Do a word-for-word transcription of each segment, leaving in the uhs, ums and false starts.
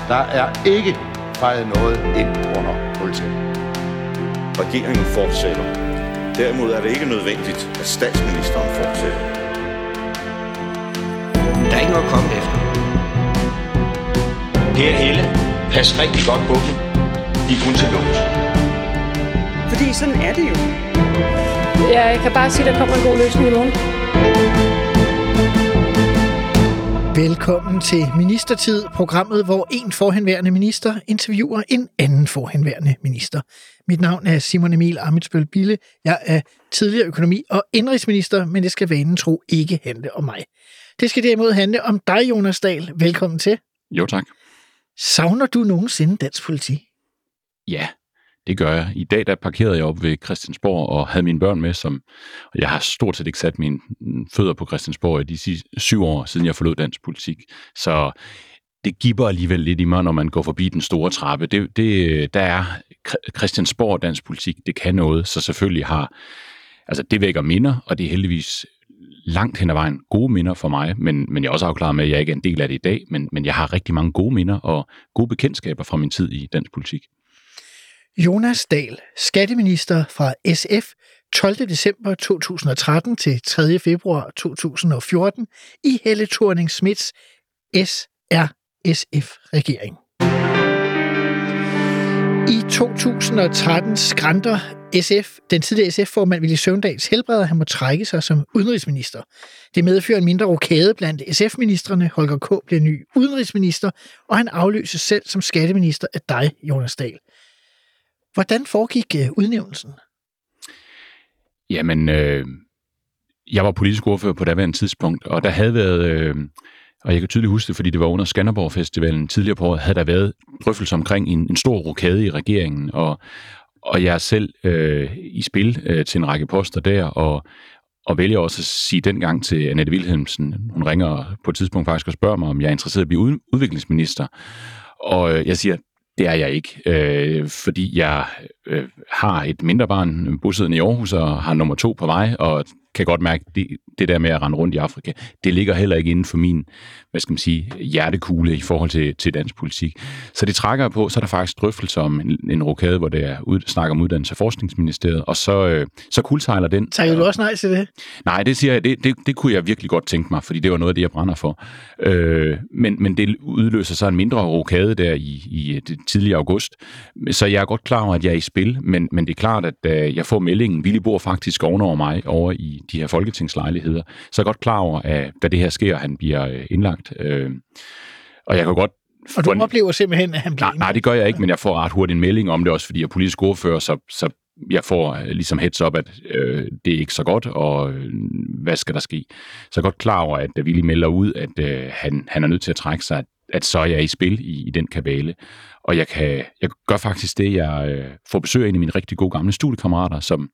Der er ikke fejret noget ind under politiet. Regeringen fortsætter. Derimod er det ikke nødvendigt, at statsministeren fortsætter. Der er ikke noget at komme efter. Per Helle, pas rigtig godt på dem. De er kun til lås. Fordi sådan er det jo. Jeg kan bare sige, at der kommer en god løsning i morgen. Velkommen til Ministertid, programmet, hvor en forhenværende minister interviewer en anden forhenværende minister. Mit navn er Simon Emil Ammitzbøll Bille. Jeg er tidligere økonomi- og indenrigsminister, men det skal vanen tro ikke handle om mig. Det skal derimod handle om dig, Jonas Dahl. Velkommen til. Jo, tak. Savner du nogensinde dansk politi? Ja, det gør jeg. I dag der parkerede jeg op ved Christiansborg og havde mine børn med, som jeg har stort set ikke sat mine fødder på Christiansborg i de sidste syv år, siden jeg forlod dansk politik. Så det gibber alligevel lidt i mig, når man går forbi den store trappe. Det, det, der er Christiansborg og dansk politik, det kan noget, så selvfølgelig har, altså det vækker minder, og det er heldigvis langt hen ad vejen gode minder for mig, men, men jeg er også afklaret med, at jeg ikke er en del af det i dag, men, men jeg har rigtig mange gode minder og gode bekendtskaber fra min tid i dansk politik. Jonas Dahl, skatteminister fra S F, tolvte december to tusind og tretten til tredje februar to tusind og fjorten i Helle Thorning-Schmidts S R S F-regering. I to tusind og tretten skrænter S F, den tidligere S F-formand Villy Søvndals helbred, at han må trække sig som udenrigsminister. Det medfører en mindre rokade blandt S F-ministerne. Holger K. bliver ny udenrigsminister, og han afløses selv som skatteminister af dig, Jonas Dahl. Hvordan foregik øh, udnævnelsen? Jamen, øh, jeg var politisk ordfører på daværende tidspunkt, og der havde været, øh, og jeg kan tydeligt huske det, fordi det var under Skanderborg Festivalen tidligere på året, havde der været drøftelser omkring en, en stor rokade i regeringen, og, og jeg er selv øh, i spil øh, til en række poster der, og, og vælger også at sige dengang til Annette Wilhelmsen, hun ringer på et tidspunkt faktisk og spørger mig, om jeg er interesseret i at blive udviklingsminister, og øh, jeg siger, det er jeg ikke, øh, fordi jeg øh, har et mindre barn bosiddende i Aarhus og har nummer to på vej, og kan godt mærke, det, det der med at rende rundt i Afrika, det ligger heller ikke inden for min, hvad skal man sige, hjertekugle i forhold til, til dansk politik. Så det trækker jeg på, så er der faktisk drøftelser om en, en rokade, hvor der ud, snakker om uddannelse af Forskningsministeriet, og så, øh, så kuldsejler den. Tager du også nej til det? Nej, det siger jeg, det, det, det kunne jeg virkelig godt tænke mig, fordi det var noget af det, jeg brænder for. Øh, men, men det udløser så en mindre rokade der i, i det tidlige august, så jeg er godt klar over, at jeg er i spil, men, men det er klart, at øh, jeg får meldingen, Villy bor faktisk ovenover mig over i de her folketingslejligheder, så er jeg godt klar over, at da det her sker, han bliver indlagt. Øh, og jeg kan godt... Og du en... oplever simpelthen, at han bliver nej, nej, det gør jeg ikke, men jeg får ret hurtigt en melding om det også, fordi jeg er politisk ordfører, så, så jeg får ligesom heads up, at øh, det er ikke så godt, og øh, hvad skal der ske? Så jeg er godt klar over, at da Villy melder ud, at øh, han, han er nødt til at trække sig, at, at så er jeg i spil i, i den kabale. Og jeg, kan, jeg gør faktisk det, jeg øh, får besøg af en af mine rigtig gode gamle studiekammerater, som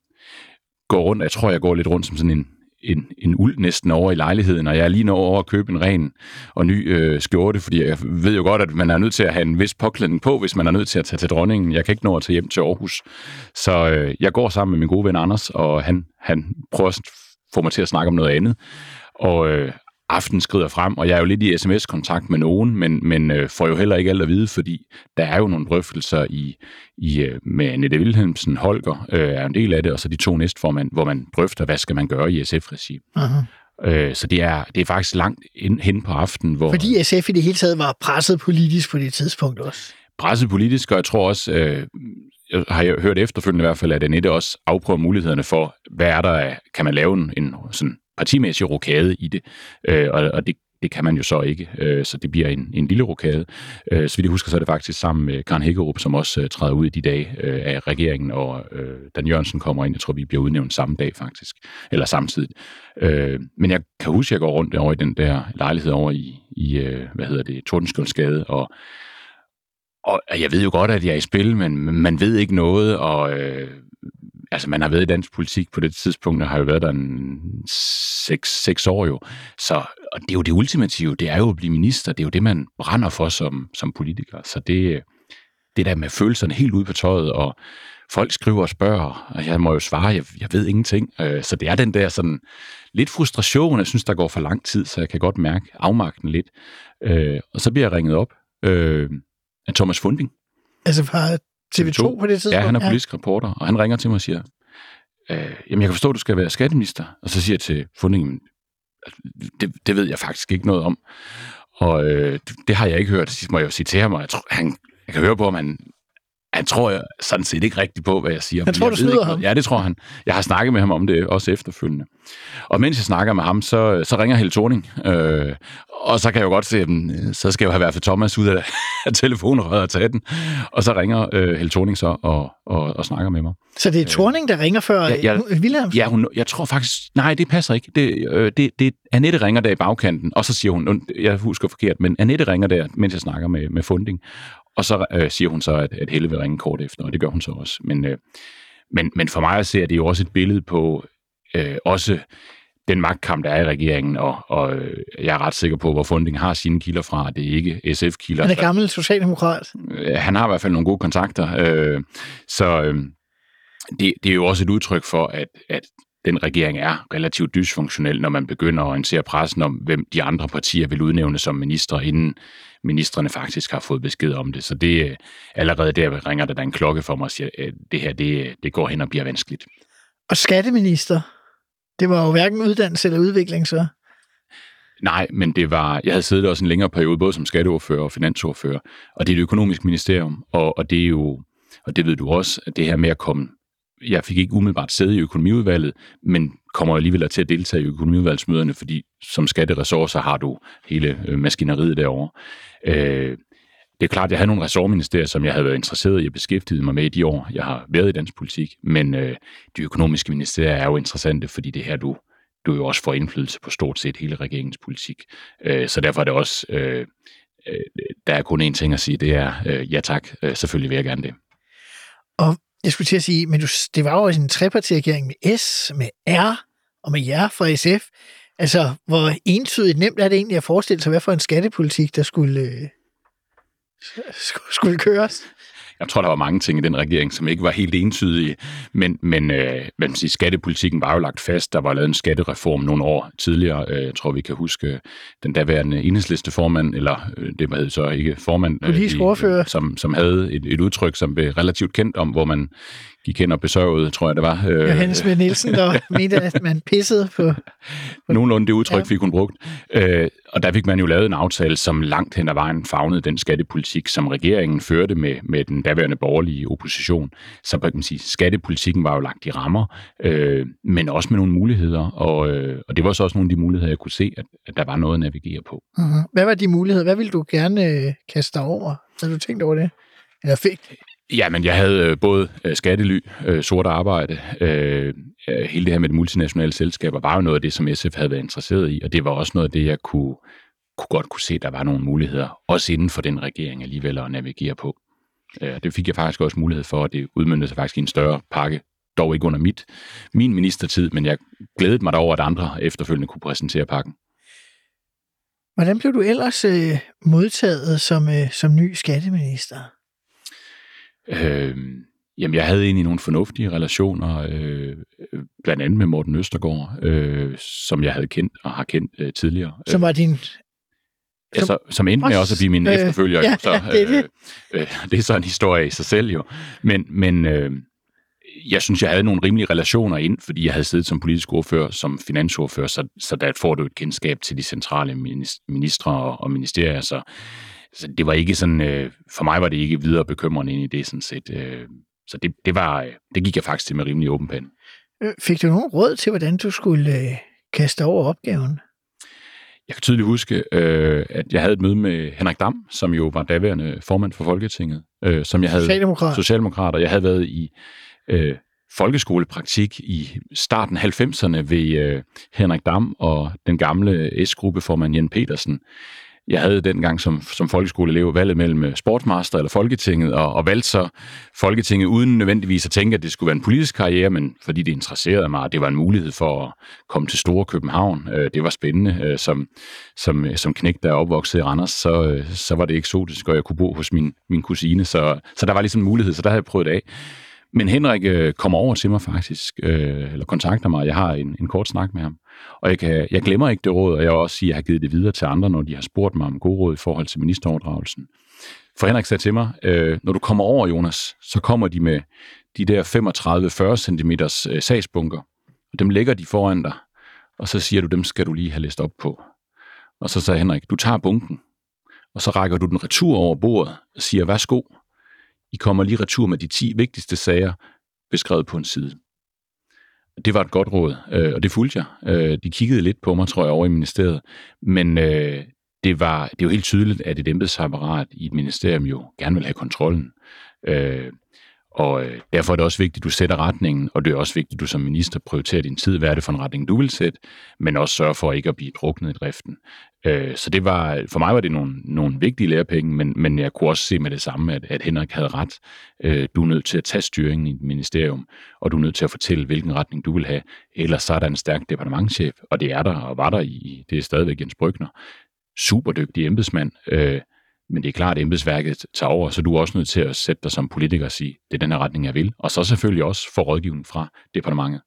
går rundt, jeg tror, jeg går lidt rundt som sådan en, en, en uld næsten over i lejligheden, og jeg er lige nå over at købe en ren og ny øh, skjorte, fordi jeg ved jo godt, at man er nødt til at have en vis påklædning på, hvis man er nødt til at tage til dronningen. Jeg kan ikke nå at tage hjem til Aarhus. Så øh, jeg går sammen med min gode ven Anders, og han, han prøver at få mig til at snakke om noget andet. Og øh, aftenen skrider frem, og jeg er jo lidt i sms-kontakt med nogen, men, men øh, får jo heller ikke alt at vide, fordi der er jo nogle drøftelser i, i, øh, med Annette Wilhelmsen, Holger øh, er en del af det, og så de to næstformand, hvor man drøfter, hvad skal man gøre i S F-regi. Øh, så det er, det er faktisk langt ind, hen på aftenen. Hvor, fordi S F i det hele taget var presset politisk på det tidspunkt også. Presset politisk, og jeg tror også, øh, jeg har hørt efterfølgende i hvert fald, at Annette også afprøver mulighederne for, hvad er der, kan man lave en, en sådan partimæssig rokade i det, øh, og, og det, det kan man jo så ikke, øh, så det bliver en, en lille rokade. Øh, så vidt jeg husker, så er det faktisk sammen med Karen Hækkerup, som også øh, træder ud i de dage øh, af regeringen, og øh, Dan Jørgensen kommer ind, jeg tror, vi bliver udnævnt samme dag faktisk, eller samtidig. Øh, men jeg kan huske, at jeg går rundt over i den der lejlighed over i, i øh, hvad hedder det, Tordenskjoldsgade, og Og jeg ved jo godt, at jeg er i spil, men man ved ikke noget, og øh, altså man har været i dansk politik på det tidspunkt, og har jo været der en seks, seks år jo. Så og det er jo det ultimative, det er jo at blive minister, det er jo det, man brænder for som, som politiker. Så det, det der med følelserne helt ude på tøjet, og folk skriver og spørger, og jeg må jo svare, jeg, jeg ved ingenting. Øh, så det er den der sådan lidt frustration, jeg synes, der går for lang tid, så jeg kan godt mærke afmagten lidt. Øh, og så bliver jeg ringet op, øh, af Thomas Funding. Altså fra T V to på det tidspunkt? Ja, han er politisk ja. reporter, og han ringer til mig og siger, øh, jamen jeg kan forstå, at du skal være skatteminister. Og så siger jeg til Funding, det, det ved jeg faktisk ikke noget om. Og øh, det har jeg ikke hørt. Så må jeg jo sige til ham, og jeg, tror, han, jeg kan høre på, om han, han tror jeg sådan set ikke rigtigt på, hvad jeg siger. Han tror, jeg du snyder ham? Ja, det tror han. Jeg har snakket med ham om det også efterfølgende. Og mens jeg snakker med ham, så, så ringer Helle Thorning. Øh, og så kan jeg jo godt se, at så skal jeg jo have været for Thomas ud af, af telefonrøret og tage den. Og så ringer øh, Helle Thorning så og, og, og snakker med mig. Så det er Thorning, der ringer før ja, ja, Wilhelmsen? Ja, hun, jeg tror faktisk... Nej, det passer ikke. Det, øh, det, det, Annette ringer der i bagkanten, og så siger hun... Jeg husker forkert, men Annette ringer der, mens jeg snakker med, med Funding. Og så øh, siger hun så, at, at Helle vil ringe kort efter, og det gør hun så også. Men, øh, men, men for mig at se, at det jo også et billede på øh, også den magtkamp, der er i regeringen, og, og øh, jeg er ret sikker på, hvor Funding har sine kilder fra. Det er ikke S F-kilder. Han er gammel socialdemokrat. Øh, han har i hvert fald nogle gode kontakter. Øh, så øh, det, det er jo også et udtryk for, at, at den regering er relativt dysfunktionel, når man begynder at orientere pressen om, hvem de andre partier vil udnævne som ministre, inden ministrene faktisk har fået besked om det. Så det allerede der ringer der, der en klokke for mig og siger, at det her det, det går hen og bliver vanskeligt. Og skatteminister, det var jo hverken uddannelse eller udvikling, så? Nej, men det var, jeg havde siddet også en længere periode, både som skatteordfører og finansordfører, og det er et økonomisk ministerium, og, og det er jo, og det ved du også, at det her med at komme, jeg fik ikke umiddelbart sidde i økonomiudvalget, men kommer alligevel til at deltage i økonomiudvalgsmøderne, fordi som skatteressourcer har du hele øh, maskineriet derovre. Øh, det er klart, at jeg havde nogle ressortministerier, som jeg havde været interesseret i at beskæftige mig med i de år, jeg har været i dansk politik, men øh, de økonomiske ministerier er jo interessante, fordi det her, du, du jo også får indflydelse på stort set hele regeringens politik. Øh, så derfor er det også, øh, øh, der er kun én ting at sige, det er, øh, ja tak, øh, selvfølgelig vil jeg gerne det. Og jeg skulle til at sige, men du, det var jo en trepartiregering med S, med R og med jer fra S F. Altså, hvor entydigt nemt er det egentlig at forestille sig, hvad for en skattepolitik, der skulle, øh, skulle køres? Jeg tror, der var mange ting i den regering, som ikke var helt entydige, men, men øh, man sige, skattepolitikken var jo lagt fast. Der var lavet en skattereform nogle år tidligere. Øh, jeg tror, vi kan huske den daværende enhedslisteformand, eller øh, det var så ikke formand, politisk øh, ordfører, som, som havde et, et udtryk, som blev relativt kendt om, hvor man gik hen og besørgede, tror jeg, det var. Øh, Johannes Schmidt Nielsen, der mente, at man pissede på... på Nogenlunde det udtryk ja. fik hun brugt. Øh, og der fik man jo lavet en aftale, som langt hen ad vejen favnede den skattepolitik, som regeringen førte med, med den daværende borgerlige opposition. Så kan man sige, skattepolitikken var jo lagt i rammer, øh, men også med nogle muligheder. Og, øh, og det var så også nogle af de muligheder, jeg kunne se, at, at der var noget at navigere på. Uh-huh. Hvad var de muligheder? Hvad ville du gerne øh, kaste dig over? Havde du tænkt over det? Eller fik? Ja, men jeg havde både skattely, sort arbejde, øh, hele det her med de multinationale selskaber, var jo noget af det, som S F havde været interesseret i, og det var også noget af det, jeg kunne, kunne godt kunne se, der var nogle muligheder, også inden for den regering alligevel at navigere på. Det fik jeg faktisk også mulighed for, og det udmøntede sig faktisk i en større pakke, dog ikke under mit, min ministertid, men jeg glædede mig over, at andre efterfølgende kunne præsentere pakken. Hvordan blev du ellers øh, modtaget som, øh, som ny skatteminister? Øh, jamen, jeg havde egentlig nogle fornuftige relationer, øh, blandt andet med Morten Østergaard, øh, som jeg havde kendt og har kendt øh, tidligere. Som var din... Ja, så, som endte med også at blive min øh, efterfølger. Ja, så, det, er det. Øh, øh, det er så en historie i sig selv jo. Men, men øh, jeg synes, jeg havde nogle rimelige relationer ind, fordi jeg havde siddet som politisk ordfører, som finansordfører, så, så der får du et kendskab til de centrale ministre og, og ministerier, så Så det var ikke sådan, øh, for mig var det ikke videre bekymrende ind i det sådan set. Øh, så det, det, var, det gik jeg faktisk til med rimelig åben pande. Fik du nogen råd til, hvordan du skulle øh, kaste over opgaven? Jeg kan tydeligt huske, øh, at jeg havde et møde med Henrik Dam, som jo var daværende formand for Folketinget. Øh, som jeg havde, Socialdemokrat. Socialdemokrat, og jeg havde været i øh, folkeskolepraktik i starten af halvfemserne ved øh, Henrik Dam og den gamle S-gruppeformand Jens Petersen. Jeg havde dengang som, som folkeskoleelev valget mellem sportsmaster eller Folketinget, og, og valgte så Folketinget uden nødvendigvis at tænke, at det skulle være en politisk karriere, men fordi det interesserede mig, og det var en mulighed for at komme til store København. Det var spændende. Som, som, som knægt, der er opvokset i Randers, så, så var det eksotisk, og jeg kunne bo hos min, min kusine, så, så der var ligesom en mulighed, så der havde jeg prøvet det af. Men Henrik øh, kommer over til mig faktisk, øh, eller kontakter mig, jeg har en, en kort snak med ham. Og jeg, kan, jeg glemmer ikke det råd, og jeg vil også sige, at jeg har givet det videre til andre, når de har spurgt mig om gode råd i forhold til ministeroverdragelsen. For Henrik sagde til mig, øh, når du kommer over, Jonas, så kommer de med de der femogtredive til fyrre centimeters øh, sagsbunker, og dem lægger de foran dig, og så siger du, dem skal du lige have læst op på. Og så sagde Henrik, du tager bunken, og så rækker du den retur over bordet og siger, værsgo, I kommer lige retur med de ti vigtigste sager, beskrevet på en side. Det var et godt råd, øh, og det fulgte jeg. Øh, de kiggede lidt på mig, tror jeg, over i ministeriet, men øh, det, var, det er jo helt tydeligt, at et embedsapparat i et ministerium jo gerne vil have kontrollen. Øh, og øh, derfor er det også vigtigt, at du sætter retningen, og det er også vigtigt, at du som minister prioriterer din tid, hvad er det for en retning, du vil sætte, men også sørge for ikke at blive druknet i driften. Øh, så det var, for mig var det nogle, nogle vigtige lærepenge, men, men jeg kunne også se med det samme, at, at Henrik havde ret. Øh, du er nødt til at tage styringen i et ministerium, og du er nødt til at fortælle, hvilken retning du vil have, ellers så er der en stærk departementschef, og det er der, og var der i, det er stadigvæk Jens Brygner. Superdygtig embedsmand, øh, men det er klart, at embedsværket tager over, så du er også nødt til at sætte dig som politiker og sige, det er den her retning, jeg vil, og så selvfølgelig også få rådgivning fra departementet.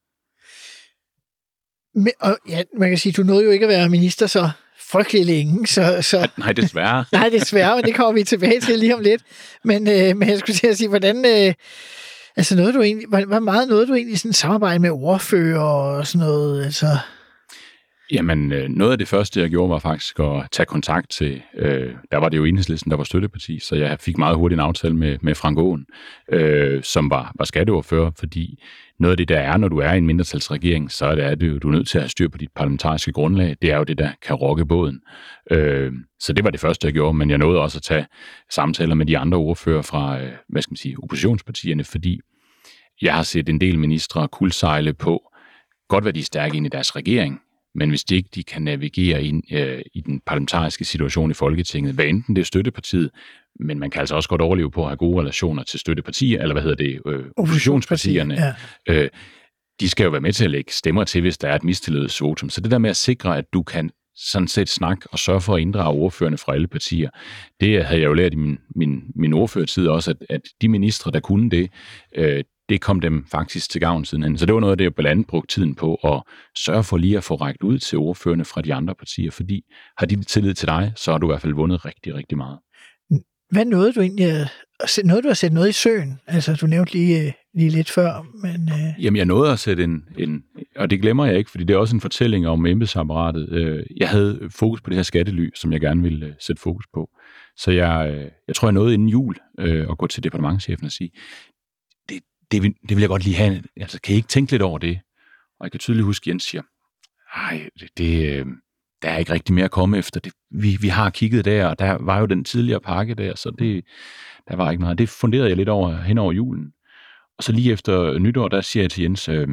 Men, og ja, man kan sige, du nåede jo ikke at være minister så frygtelig længe, så... så... Nej, desværre. Nej, desværre, men det kommer vi tilbage til lige om lidt. Men, øh, men jeg skulle til at sige, hvordan... Øh, altså, nåede du egentlig, hvor meget nåede du egentlig sådan samarbejde med ordfører og sådan noget, altså... Jamen, noget af det første, jeg gjorde, var faktisk at tage kontakt til, øh, der var det jo Enhedslisten, der var støtteparti, så jeg fik meget hurtigt en aftale med, med Frank Aaen, øh, som var, var skatteordfører, fordi noget af det, der er, når du er i en mindretalsregering, så er det, at du er nødt til at have styr på dit parlamentariske grundlag. Det er jo det, der kan rokke båden. Øh, så det var det første, jeg gjorde, men jeg nåede også at tage samtaler med de andre ordfører fra, øh, hvad skal man sige, oppositionspartierne, fordi jeg har set en del ministre kuldsejle på, godt hvad de er stærke ind i deres regering, men hvis de ikke de kan navigere ind øh, i den parlamentariske situation i Folketinget, hvad enten det er støttepartiet, men man kan altså også godt overleve på at have gode relationer til støttepartier, eller hvad hedder det, øh, oppositionspartierne. Ja. Øh, de skal jo være med til at lægge stemmer til, hvis der er et mistillidsvotum. Så det der med at sikre, at du kan sådan set snakke og sørge for at inddrage ordførerne fra alle partier, det havde jeg jo lært i min, min, min ordførertid også, at, at de ministre, der kunne det, øh, det kom dem faktisk til gavn sidenhen. Så det var noget af det, jeg blandt andet brugte tiden på at sørge for lige at få rækket ud til ordførerne fra de andre partier, fordi har de tillid til dig, så har du i hvert fald vundet rigtig, rigtig meget. Hvad nåede du egentlig at, nåede du at sætte noget i søen? Altså, du nævnte lige, lige lidt før, men... Øh... Jamen, jeg nåede at sætte en, en... Og det glemmer jeg ikke, fordi det er også en fortælling om embedsapparatet. Jeg havde fokus på det her skattely, som jeg gerne ville sætte fokus på. Så jeg, jeg tror, jeg nåede inden jul at gå til departementschefen og sige, det, det, vil, det vil jeg godt lige have. Altså, kan I ikke tænke lidt over det? Og jeg kan tydeligt huske, Jens siger, nej, det... det der er ikke rigtig mere at komme efter. Det, vi, vi har kigget der, og der var jo den tidligere pakke der, så det, der var ikke noget. Det funderede jeg lidt over hen over julen. Og så lige efter nytår, der siger jeg til Jens, øh,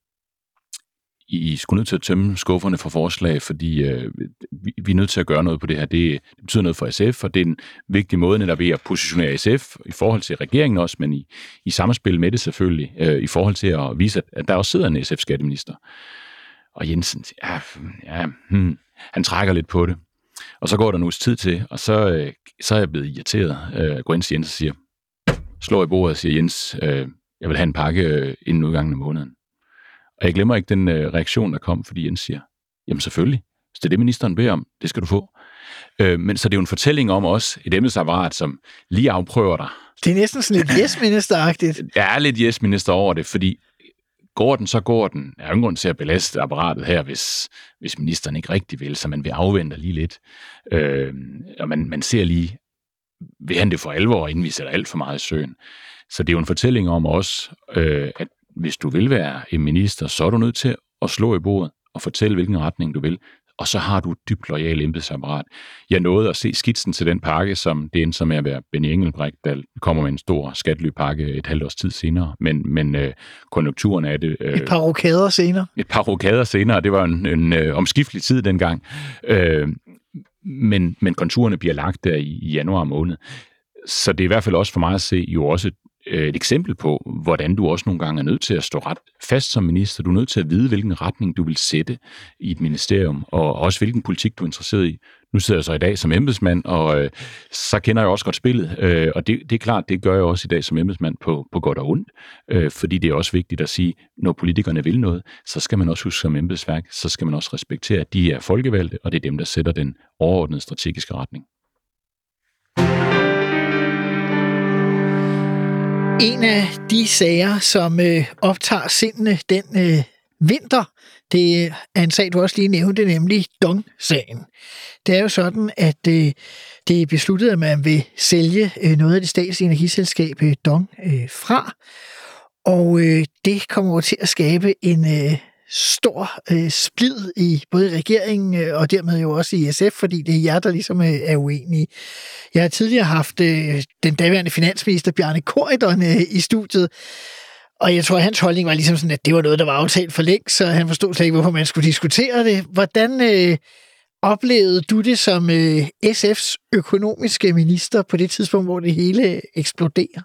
I skulle nødt til at tømme skufferne for forslag, fordi øh, vi, vi er nødt til at gøre noget på det her. Det, det betyder noget for S F, og det er en vigtig måde netop ved at positionere S F i forhold til regeringen også, men i, i samspil med det selvfølgelig, øh, i forhold til at vise, at, at der også sidder en S F-skatteminister. Og Jensen, ja, ja hmm, han trækker lidt på det. Og så går der en uges tid til, og så, øh, så er jeg blevet irriteret. Øh, går ind til Jens og siger, slår i bordet og siger, Jens, øh, jeg vil have en pakke øh, inden udgangen af måneden. Og jeg glemmer ikke den øh, reaktion, der kom, fordi Jens siger, jamen selvfølgelig, hvis det er det, ministeren beder om, det skal du få. Øh, men så det er jo en fortælling om også et embedsapparat, som lige afprøver dig. Det er næsten sådan lidt yes-minister-agtigt. Der er lidt yes-minister over det, fordi går den, så går den. Der er ingen grund til at belaste apparatet her, hvis, hvis ministeren ikke rigtig vil, så man vil afvente lige lidt. Øh, og man, man ser lige, vil han det for alvor, inden vi sætter alt for meget i søen. Så det er jo en fortælling om også, øh, at hvis du vil være en minister, så er du nødt til at slå i bordet og fortælle, hvilken retning du vil. Og så har du et dybt loyal embedsapparat. Jeg nåede at se skitsen til den pakke, som det endte som med at være Benny Engelbrecht, der kommer med en stor skattelypakke et halvt års tid senere. Men, men øh, konjunkturen af det... Øh, et par rokader senere. Et par rokader senere. Det var en, en øh, omskiftelig tid dengang. Øh, men, men konturerne bliver lagt der i, i januar måned. Så det er i hvert fald også for mig at se jo også et eksempel på, hvordan du også nogle gange er nødt til at stå ret fast som minister. Du er nødt til at vide, hvilken retning du vil sætte i et ministerium, og også hvilken politik du er interesseret i. Nu sidder jeg så i dag som embedsmand, og øh, så kender jeg også godt spillet, øh, og det, det er klart, det gør jeg også i dag som embedsmand på, på godt og ondt, øh, fordi det er også vigtigt at sige, når politikerne vil noget, så skal man også huske som embedsværk, så skal man også respektere, at de er folkevalgte, og det er dem, der sætter den overordnede strategiske retning. En af de sager, som øh, optager sindene den øh, vinter, det er en sag, du også lige nævnte, nemlig Dong-sagen. Det er jo sådan, at øh, det er besluttet, at man vil sælge øh, noget af det statslige energiselskab øh, Dong øh, fra, og øh, det kommer over til at skabe en øh, stor øh, splid i både regeringen øh, og dermed jo også i S F, fordi det er jer, der ligesom øh, er uenige. Jeg har tidligere haft øh, den daværende finansminister Bjarne Corydon øh, i studiet, og jeg tror, at hans holdning var ligesom sådan, at det var noget, der var aftalt for længst, så han forstod slet ikke, hvorfor man skulle diskutere det. Hvordan øh, oplevede du det som øh, S F's økonomiske minister på det tidspunkt, hvor det hele eksploderer?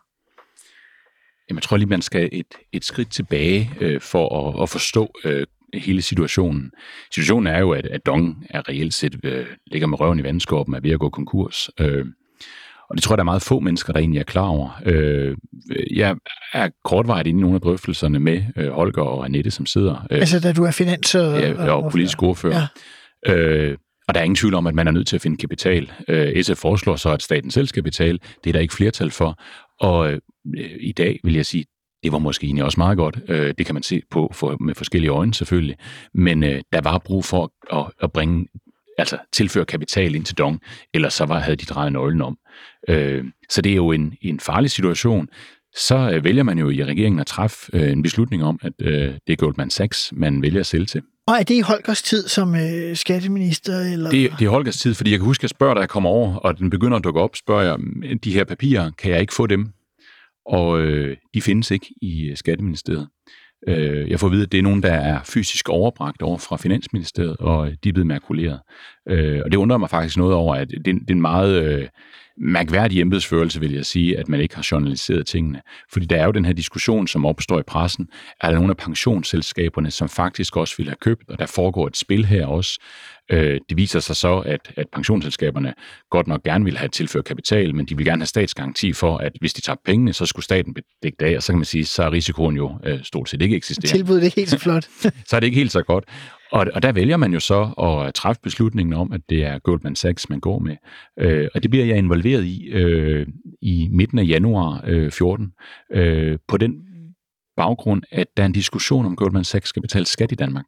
Jamen, jeg tror lige, man skal et, et skridt tilbage øh, for at, at forstå øh, hele situationen. Situationen er jo, at, at Dong er reelt set øh, ligger med røven i vandskorben, er ved at gå konkurs. Øh, og det tror jeg, der er meget få mennesker, der egentlig er klar over. Øh, jeg er kortvarigt inde i nogle af drøftelserne med øh, Holger og Annette, som sidder... Øh, altså, da du er finans- og, ja, og, og politisk ordfører. Ja. Øh, og der er ingen tvivl om, at man er nødt til at finde kapital. Øh, S F foreslår så, at staten selv skal betale. Det er der ikke flertal for. Og øh, i dag vil jeg sige, det var måske egentlig også meget godt. Øh, det kan man se på for, med forskellige øjne selvfølgelig. Men øh, der var brug for at, at bringe, altså tilføre kapital ind til Dong, ellers så var, havde de drejet nøglen om. Øh, så det er jo en, en farlig situation. Så øh, vælger man jo i regeringen at træffe øh, en beslutning om, at øh, det er Goldman Sachs, man vælger at sælge til. Og er det i Holgers tid som øh, skatteminister? Eller? Det, det er Holgers tid, fordi jeg kan huske, at jeg spørger, da jeg kommer over, og den begynder at dukke op, spørger jeg, de her papirer, kan jeg ikke få dem? Og øh, de findes ikke i Skatteministeriet. Øh, jeg får at vide, at det er nogen, der er fysisk overbragt over fra Finansministeriet, og de er blevet makuleret. Øh, og det undrer mig faktisk noget over, at det, det er en meget øh, mærkværdig embedsførelse, vil jeg sige, at man ikke har journaliseret tingene. Fordi der er jo den her diskussion, som opstår i pressen. Er der nogle af pensionsselskaberne, som faktisk også vil have købt, og der foregår et spil her også. Øh, det viser sig så, at, at pensionsselskaberne godt nok gerne vil have tilført kapital, men de vil gerne have statsgaranti for, at hvis de tager pengene, så skulle staten dække det af, og så kan man sige, så er risikoen jo øh, stort set ikke eksisterende. Tilbuddet er ikke helt så flot. Så er det ikke helt så godt. Og, og der vælger man jo så at træffe beslutningen om, at det er Goldman Sachs, man går med. Øh, og det bliver jeg involveret i øh, i midten af januar øh, fjorten, øh, på den baggrund, at der er en diskussion om, Goldman Sachs skal betale skat i Danmark.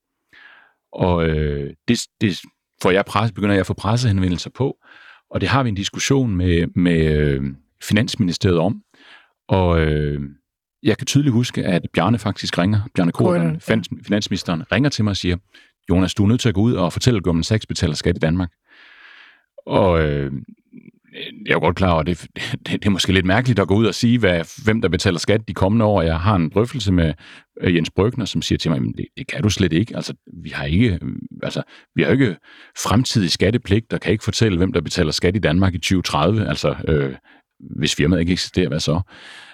Og øh, det, det får jeg presse, begynder jeg at få pressehenvendelser på, og det har vi en diskussion med, med øh, Finansministeriet om. Og øh, jeg kan tydeligt huske, at Bjarne faktisk ringer, Bjarne Corydon, ja. Finansministeren, ringer til mig og siger, Jonas, du er nødt til at gå ud og fortælle, at Goldman Sachs betaler skat i Danmark. Og øh, jeg er godt klar over, at det, det, det er måske lidt mærkeligt at gå ud og sige, hvad, hvem der betaler skat de kommende år. Jeg har en drøftelse med Jens Brøgner, som siger til mig, det, det kan du slet ikke. Altså, vi har ikke, altså, vi har ikke fremtidig skattepligt, og kan ikke fortælle, hvem der betaler skat i Danmark i tyve tredive. Altså, øh, hvis firmaet ikke eksisterer, hvad så?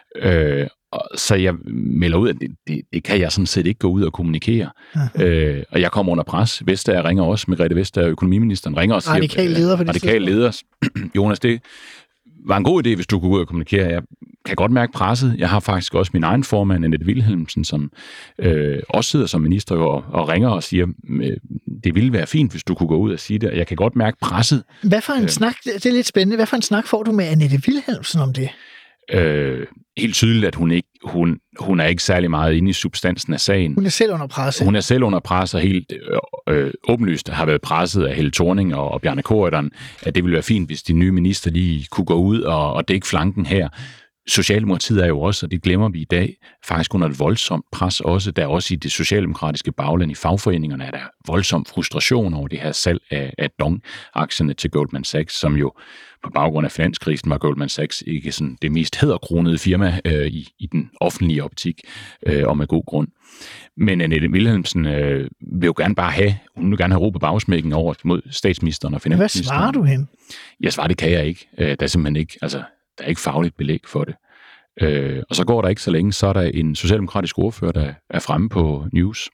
Øh, så jeg melder ud, at det, det, det kan jeg sådan set ikke gå ud og kommunikere. Øh, og jeg kommer under pres. Vestager ringer også, Margrethe Vestager, økonomiministeren, ringer og siger, radikal leder på det radikal leder. Jonas, det var en god idé, hvis du kunne gå ud og kommunikere. Jeg kan godt mærke presset. Jeg har faktisk også min egen formand, Annette Wilhelmsen, som øh, også sidder som minister og, og ringer og siger, øh, det ville være fint, hvis du kunne gå ud og sige det. Jeg kan godt mærke presset. Hvad for en øh, snak, det er lidt spændende, hvad for en snak får du med Annette Wilhelmsen om det? Øh, helt tydeligt, at hun ikke hun, hun er ikke særlig meget inde i substansen af sagen. Hun er selv under pres. Hun er selv under pres og helt øh, øh, åbenlyst har været presset af Helle Thorning og, og Bjarne Corydon, at det ville være fint, hvis de nye minister lige kunne gå ud og, og dække flanken her. Socialdemokratiet er jo også, og det glemmer vi i dag, faktisk under et voldsomt pres også. Der er også i det socialdemokratiske bagland i fagforeningerne, er der voldsom frustration over det her salg af, af Dong-aktierne til Goldman Sachs, som jo på baggrund af finanskrisen var Goldman Sachs ikke sådan det mest hæderkronede firma øh, i, i den offentlige optik, øh, og med god grund. Men Annette Wilhelmsen øh, vil jo gerne bare have, hun vil gerne have ro på bagsmækken over mod statsministeren og finansministeren. Hvad svarer du hende? Jeg svarer, det kan jeg ikke. Øh, der er simpelthen ikke, altså der er ikke fagligt belæg for det. Øh, og så går der ikke så længe, så er der en socialdemokratisk ordfører, der er fremme på News.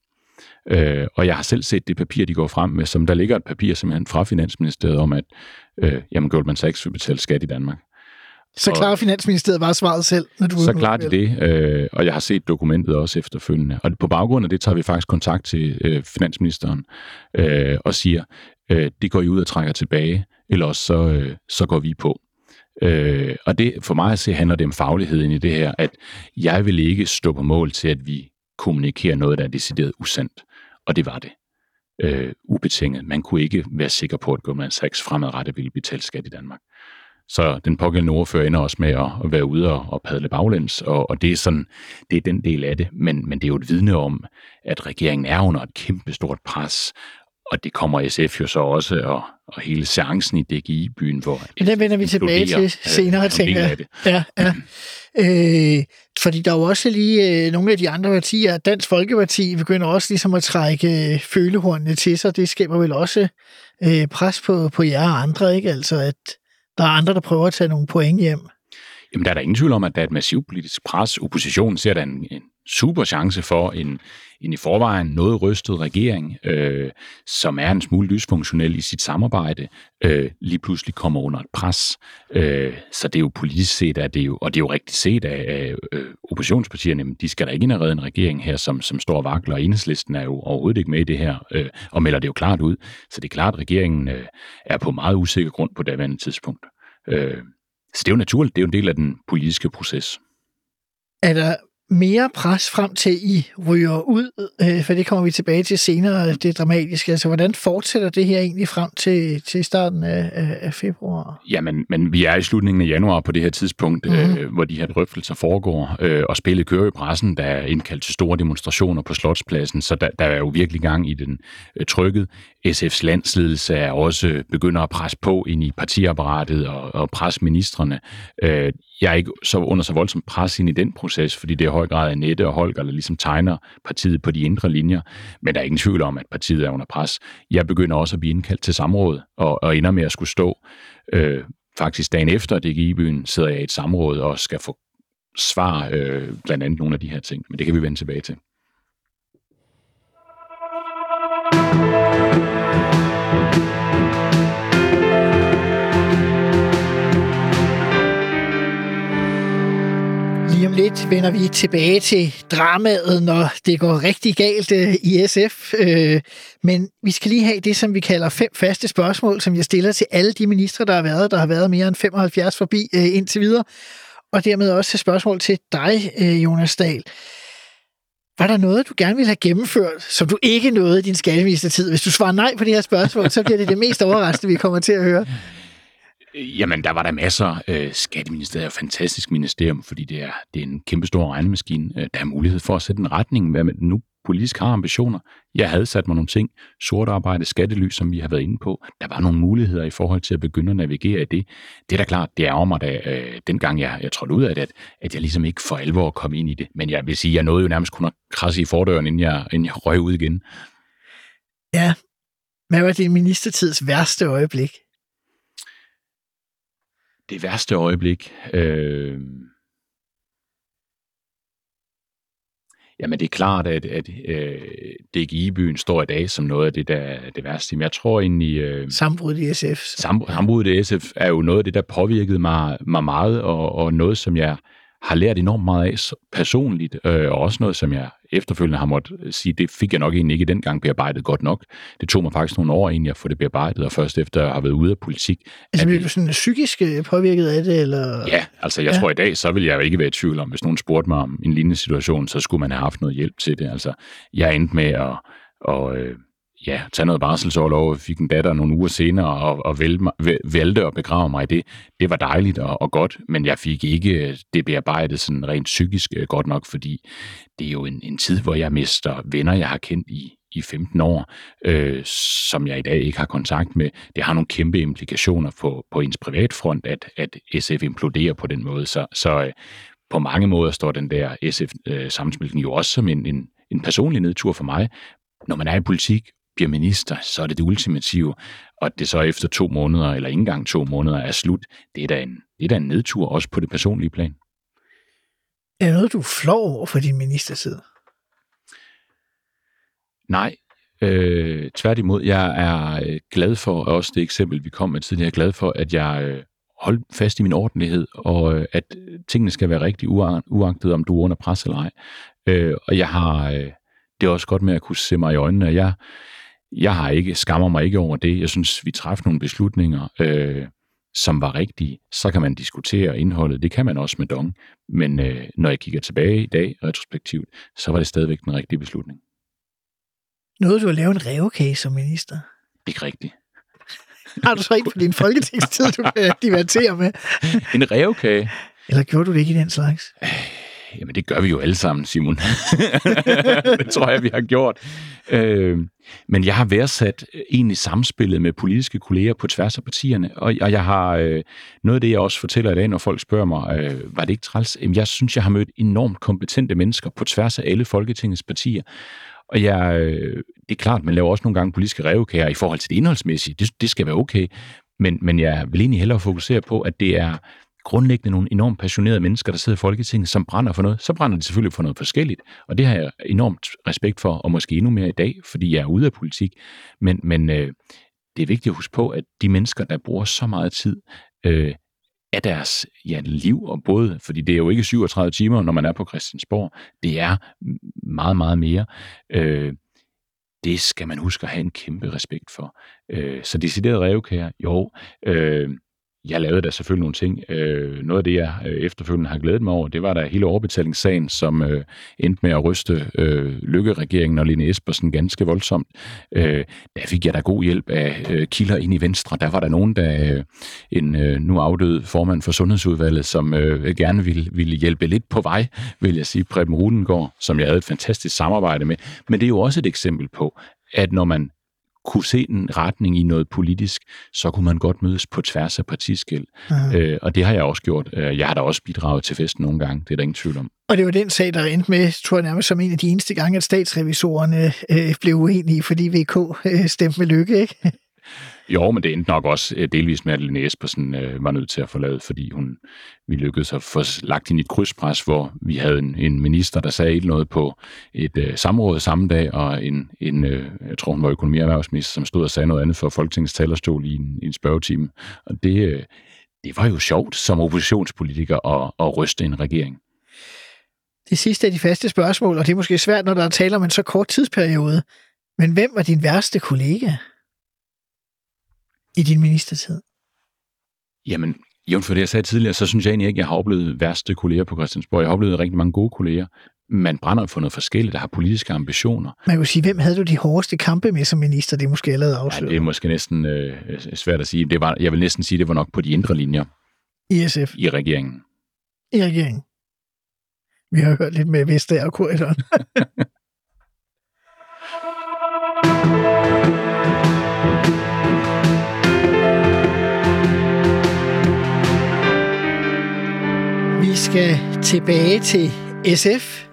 Øh, og jeg har selv set det papir, de går frem med, som der ligger et papir simpelthen fra Finansministeriet om, at øh, jamen Goldman Sachs vil betale skat i Danmark. Så klarer og, Finansministeriet bare svaret selv? Når du så klarer de det, øh, og jeg har set dokumentet også efterfølgende. Og på baggrund af det tager vi faktisk kontakt til øh, Finansministeren øh, og siger, øh, det går I ud og trækker tilbage, eller også så, øh, så går vi på. Øh, og det, for mig at se, handler det om fagligheden i det her, at jeg vil ikke stå på mål til, at vi kommunikerer noget, der er decideret usandt. Og det var det. Øh, ubetinget. Man kunne ikke være sikker på, at Goldman Sachs fremadrettet ville betale skat i Danmark. Så den pågældende ordfører ender også med at, at være ude og, og padle baglæns, og, og det er sådan, det er den del af det, men, men det er jo et vidne om, at regeringen er under et kæmpe stort pres, og det kommer S F jo så også, og, og hele seancen i D G I-byen, hvor... Men den vender vi tilbage til senere, tænker jeg. Ja, ja. Øh, fordi der er jo også lige øh, nogle af de andre partier, Dansk Folkeparti begynder også ligesom at trække øh, følehornene til sig. Det skaber vel også øh, pres på, på jer og andre, ikke? Altså, at der er andre, der prøver at tage nogle point hjem. Jamen, der er der ingen tvivl om, at der er et massivt politisk pres. Oppositionen ser der en, en super chance for en, en i forvejen noget rystet regering, øh, som er en smule dysfunktionel i sit samarbejde, øh, lige pludselig kommer under et pres. Øh, så det er jo politisk set, at det er jo, og det er jo rigtigt set af, af øh, oppositionspartierne, men de skal da ikke ind og redde en regering her, som, som står og vakler, og Enhedslisten er jo overhovedet ikke med i det her, øh, og melder det jo klart ud. Så det er klart, at regeringen øh, er på meget usikker grund på daværende tidspunkt. Øh, så det er jo naturligt, det er jo en del af den politiske proces. Er der mere pres frem til, I ryger ud, øh, for det kommer vi tilbage til senere, det dramatiske. Altså, hvordan fortsætter det her egentlig frem til, til starten af, af februar? Jamen, men vi er i slutningen af januar på det her tidspunkt, mm-hmm. øh, hvor de her drøftelser foregår, øh, og spillet kører i pressen, der er indkaldt til store demonstrationer på Slotspladsen, så der, der er jo virkelig gang i den øh, trykket. S F's landsledelse er også begynder at presse på ind i partiapparatet og, og presse ministrene. Øh, Jeg er ikke så under så voldsomt pres ind i den proces, fordi det er i høj grad Annette og Holger, der ligesom tegner partiet på de indre linjer, men der er ingen tvivl om, at partiet er under pres. Jeg begynder også at blive indkaldt til samråd, og, og ender med at skulle stå. Øh, faktisk dagen efter D G I-byen sidder jeg i et samråd og skal få svar øh, blandt andet nogle af de her ting, men det kan vi vende tilbage til. Lige om lidt vender vi tilbage til dramaet, når det går rigtig galt øh, i S F. Øh, men vi skal lige have det, som vi kalder fem faste spørgsmål, som jeg stiller til alle de ministre, der har været. Der har været mere end femoghalvfjerds forbi øh, indtil videre. Og dermed også et spørgsmål til dig, øh, Jonas Dahl. Var der noget, du gerne ville have gennemført, som du ikke nåede i din skatteministertid? Hvis du svarer nej på det her spørgsmål, så bliver det det mest overraskende, vi kommer til at høre. Jamen, der var der masser. Øh, Skatteministeriet er et fantastisk ministerium, fordi det er, det er en kæmpestor regnemaskine. Øh, der er mulighed for at sætte en retning, hvad man nu politisk har ambitioner. Jeg havde sat mig nogle ting, sort arbejde, skattely, som vi har været inde på. Der var nogle muligheder i forhold til at begynde at navigere i det. Det er da klart, det ærger mig, da øh, dengang jeg, jeg trådte ud af det, at, at jeg ligesom ikke for alvor kom ind i det. Men jeg vil sige, jeg nåede jo nærmest kun at krasse i fordøren, inden jeg, inden jeg røg ud igen. Ja. Hvad var din ministertids værste øjeblik? Det værste øjeblik... Øh... Jamen, det er klart, at, at øh, D G I-byen står i dag som noget af det, der er det værste. Men jeg tror egentlig... Øh, sammenbruddet i S F. Sammenbruddet i S F er jo noget af det, der påvirkede mig, mig meget, og, og noget, som jeg har lært enormt meget af personligt, øh, og også noget, som jeg efterfølgende har måttet sige, det fik jeg nok egentlig ikke dengang bearbejdet godt nok. Det tog mig faktisk nogle år egentlig at få det bearbejdet, og først efter jeg har været ude af politik. Altså bliver du sådan psykisk påvirket af det? Eller? Ja, altså jeg ja. tror i dag, så vil jeg jo ikke være i tvivl om, hvis nogen spurgte mig om en lignende situation, så skulle man have haft noget hjælp til det. Altså jeg endte med at, og, øh, ja, tage noget barselsorlov, og fik en datter nogle uger senere, og, og vælte, vælte og begrave mig i det. Det var dejligt og, og godt, men jeg fik ikke det bearbejdet sådan rent psykisk godt nok, fordi det er jo en, en tid, hvor jeg mister venner, jeg har kendt i, i femten år, øh, som jeg i dag ikke har kontakt med. Det har nogle kæmpe implikationer på, på ens privatfront, at, at S F imploderer på den måde. Så, så øh, på mange måder står den der S F-sammensmeltning jo også som en, en, en personlig nedtur for mig. Når man er i politik, bliver minister, så er det det ultimative, og at det så efter to måneder, eller ikke engang to måneder, er slut, det er da en, det er da en nedtur, også på det personlige plan. Er det noget, du flår over for din ministertid? Nej, øh, tværtimod. Jeg er glad for, også det eksempel, vi kom med tidligere, jeg er glad for, at jeg øh, holdt fast i min ordentlighed, og øh, at tingene skal være rigtig uagtet, om du er under pres eller ej. Øh, og jeg har... Øh, det er også godt med at kunne se mig i øjnene, og jeg, jeg har ikke, skammer mig ikke over det. Jeg synes, vi træffede nogle beslutninger, øh, som var rigtige, så kan man diskutere indholdet. Det kan man også med Dong. Men øh, når jeg kigger tilbage i dag, retrospektivt, så var det stadigvæk den rigtige beslutning. Nåede du at lave en rævekage som minister? Ikke rigtigt. Har du så ikke på din folketingstid, du kan divertere med? En rævekage? Eller gjorde du det ikke i den slags? Jamen, det gør vi jo alle sammen, Simon. Det tror jeg, vi har gjort. Øh, men jeg har værdsat egentlig samspillet med politiske kolleger på tværs af partierne, og, og jeg har øh, noget af det, jeg også fortæller i dag, når folk spørger mig, øh, var det ikke træls? Jamen, jeg synes, jeg har mødt enormt kompetente mennesker på tværs af alle Folketingets partier. Og jeg, øh, det er klart, man laver også nogle gange politiske rævekager i forhold til det indholdsmæssige. Det, det skal være okay. Men, men jeg vil egentlig hellere fokusere på, at det er grundlæggende nogle enormt passionerede mennesker, der sidder i Folketinget, som brænder for noget. Så brænder de selvfølgelig for noget forskelligt. Og det har jeg enormt respekt for, og måske endnu mere i dag, fordi jeg er ude af politik. Men, men øh, det er vigtigt at huske på, at de mennesker, der bruger så meget tid øh, af deres ja, liv, og både, fordi det er jo ikke syvogtredive timer, når man er på Christiansborg, det er meget, meget mere. Øh, det skal man huske at have en kæmpe respekt for. Øh, så decideret rævekager, jo, øh, jeg lavede da selvfølgelig nogle ting. Øh, noget af det, jeg øh, efterfølgende har glædet mig over, det var da hele overbetalingssagen, som øh, endte med at ryste øh, Løkke-regeringen og Lene Espersen ganske voldsomt. Øh, der fik jeg da god hjælp af øh, kilder ind i Venstre. Der var der nogen, der øh, en øh, nu afdød formand for Sundhedsudvalget, som øh, gerne ville, ville hjælpe lidt på vej, vil jeg sige, Preben Rudengård, som jeg havde et fantastisk samarbejde med. Men det er jo også et eksempel på, at når man kunne se en retning i noget politisk, så kunne man godt mødes på tværs af partiskel. Øh, og det har jeg også gjort. Jeg har da også bidraget til festen nogle gange, det er der ingen tvivl om. Og det var den sag, der endte med, tror jeg nærmest som en af de eneste gange, at statsrevisorerne øh, blev uenige, fordi V K øh, stemte med Lykke, ikke? Jo, men det endte nok også delvis med, at Lene Espersen øh, var nødt til at forlade, fordi hun, vi lykkedes at få lagt hende i et krydspres, hvor vi havde en, en minister, der sagde noget på et øh, samråd samme dag, og en, en øh, jeg tror hun var økonomi- og erhvervsminister, som stod og sagde noget andet for Folketingets talerstol i en, i en spørgetime. Og det, øh, det var jo sjovt som oppositionspolitiker at, at ryste en regering. Det sidste er de faste spørgsmål, og det er måske svært, når der er tale om en så kort tidsperiode. Men hvem var din værste kollega i din ministertid? Jamen, jævnt det, jeg sagde tidligere, så synes jeg egentlig ikke, at jeg har oplevet værste kolleger på Christiansborg. Jeg har oplevet rigtig mange gode kolleger. Man brænder for noget forskelligt, der har politiske ambitioner. Man kan sige, hvem havde du de hårdeste kampe med som minister? Det er måske allerede afsløret. Ja, det er måske næsten øh, svært at sige. Det var, jeg vil næsten sige, det var nok på de indre linjer. I S F? I regeringen. I regeringen. Vi har hørt lidt med Vestager og korridoren. Vi skal tilbage til S F.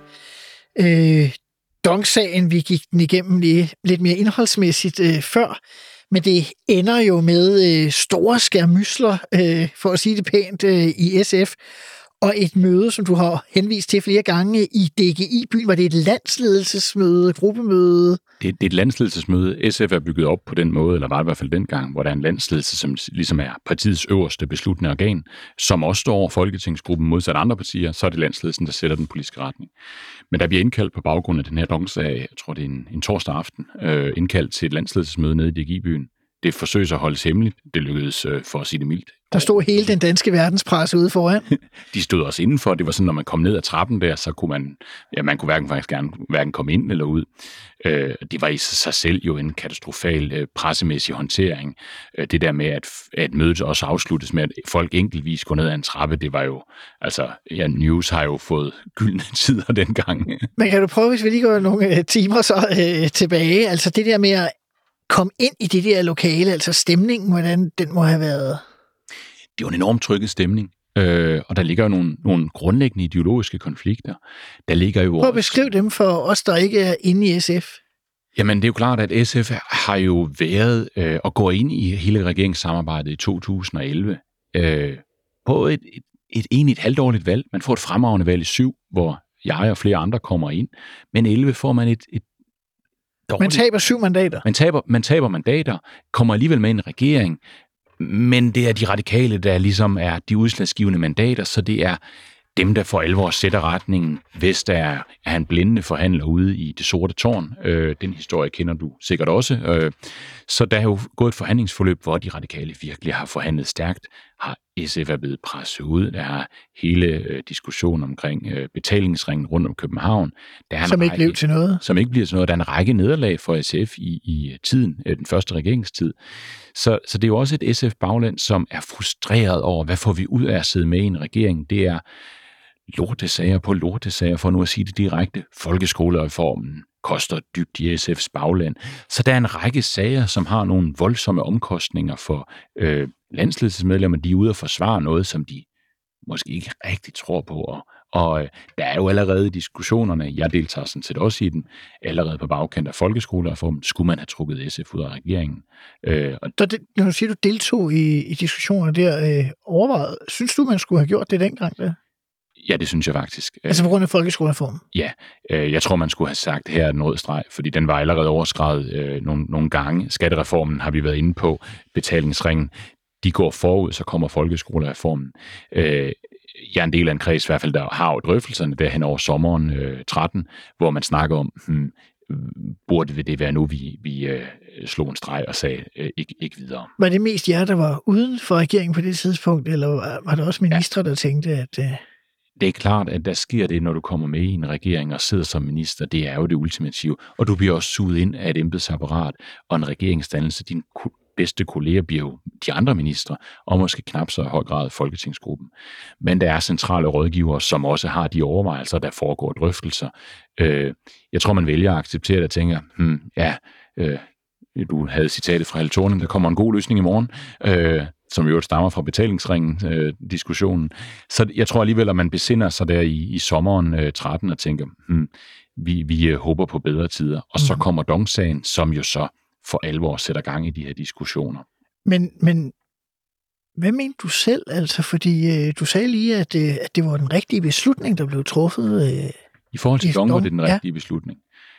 Øh, Dong-sagen, vi gik den igennem lige, lidt mere indholdsmæssigt øh, før, men det ender jo med øh, store skærmysler, øh, for at sige det pænt, øh, i S F. Og et møde, som du har henvist til flere gange i D G I-byen. Var det et landsledelsesmøde, gruppemøde? Det, det er et landsledelsesmøde. S F er bygget op på den måde, eller var i hvert fald dengang, hvor der er en landsledelse, som ligesom er partiets øverste besluttende organ, som også står over folketingsgruppen modsat andre partier, så er det landsledelsen, der sætter den politiske retning. Men der bliver indkaldt på baggrund af den her Dong-sag, jeg tror det er en, en torsdag aften, øh, indkaldt til et landsledelsesmøde nede i D G I-byen. Det forsøges at holdes hemmeligt. Det lykkedes, øh, for at sige det mildt. Der stod hele den danske verdenspresse ude foran. De stod også indenfor. Det var sådan, når man kom ned ad trappen der, så kunne man, ja, man kunne hverken faktisk gerne hverken komme ind eller ud. Øh, det var i sig selv jo en katastrofal øh, pressemæssig håndtering. Øh, det der med, at, at mødet også afsluttes med, at folk enkeltvis går ned ad en trappe, det var jo, altså, ja, News har jo fået gyldne tider dengang. Men kan du prøve, hvis vi lige går nogle timer så øh, tilbage, altså det der med at komme ind i det der lokale, altså stemningen, hvordan den må have været? Det er jo en enormt trykket stemning, øh, og der ligger jo nogle, nogle grundlæggende ideologiske konflikter. Der ligger jo. Prøv at beskrive dem for os, der ikke er inde i S F. Jamen, det er jo klart, at S F har jo været øh, og går ind i hele regeringssamarbejdet i to tusind og elleve øh, på et, et, et enigt halvdårligt valg. Man får et fremragende valg i syv, hvor jeg og flere andre kommer ind, men elleve får man et, et dårligt. Man taber syv mandater. Man taber, man taber mandater, kommer alligevel med en regering, men det er de radikale, der ligesom er de udslagsgivende mandater, så det er dem, der for alvor sætter retningen. Vestager er en blændende forhandler ude i det sorte tårn. Øh, den historie kender du sikkert også. Øh, så der er jo gået et forhandlingsforløb, hvor de radikale virkelig har forhandlet stærkt, har S F er blevet presset ud. Der er hele øh, diskussionen omkring øh, betalingsringen rundt om København. Der er en som ikke række, blev til noget. Som ikke bliver til noget. Der er en række nederlag for S F i, i tiden, øh, den første regeringstid. Så, så det er jo også et S F-bagland, som er frustreret over, hvad får vi ud af at sidde med i en regering. Det er lortesager på lortesager, for nu at sige det direkte. Folkeskolereformen koster dybt i S F's bagland. Så der er en række sager, som har nogle voldsomme omkostninger for øh, landsledelsesmedlemmer. De er ude og forsvare noget, som de måske ikke rigtig tror på. Og, og øh, der er jo allerede diskussionerne, jeg deltager sådan set også i den, allerede på bagkant af folkeskolereformen, skulle man have trukket S F ud af regeringen. Øh, og Så det, når du siger, du deltog i, i diskussioner der, øh, overvejet, synes du, man skulle have gjort det dengang? Der? Ja, det synes jeg faktisk. Altså på grund af folkeskolereformen? Ja, øh, jeg tror, man skulle have sagt, her er den røde streg, fordi den var allerede overskredet øh, nogle, nogle gange. Skattereformen har vi været inde på, betalingsringen, de går forud, så kommer folkeskolereformen. Øh, jeg er en del af en kreds, i hvert fald, der har jo drøftelserne derhen over sommeren øh, tretten, hvor man snakker om, hmm, burde det være nu, vi, vi øh, slog en streg og sagde øh, ikke, ikke videre. Var det mest jer, der var uden for regeringen på det tidspunkt, eller var der også ministre, ja. der tænkte, at... Øh... Det er klart, at der sker det, når du kommer med i en regering og sidder som minister. Det er jo det ultimative. Og du bliver også suget ind af et embedsapparat og en regeringsdannelse. Din bedste kolleger bliver jo de andre ministre, og måske knap så i høj grad Folketingsgruppen. Men der er centrale rådgivere, som også har de overvejelser, der foregår drøftelser. Øh, jeg tror, man vælger at acceptere det og tænker, hmm, ja, øh, du havde citatet fra Helle Thorning, der kommer en god løsning i morgen. Øh, som jo stammer fra betalingsringen-diskussionen. Øh, så jeg tror alligevel, at man besinder sig der i, i sommeren øh, tretten og tænker, hmm, vi, vi øh, håber på bedre tider. Og mm. så kommer Dong-sagen, som jo så for alvor sætter gang i de her diskussioner. Men, men hvad mente du selv? Altså, fordi øh, du sagde lige, at, øh, at det var den rigtige beslutning, der blev truffet. Øh, I forhold til Dong var det den rigtige ja. beslutning.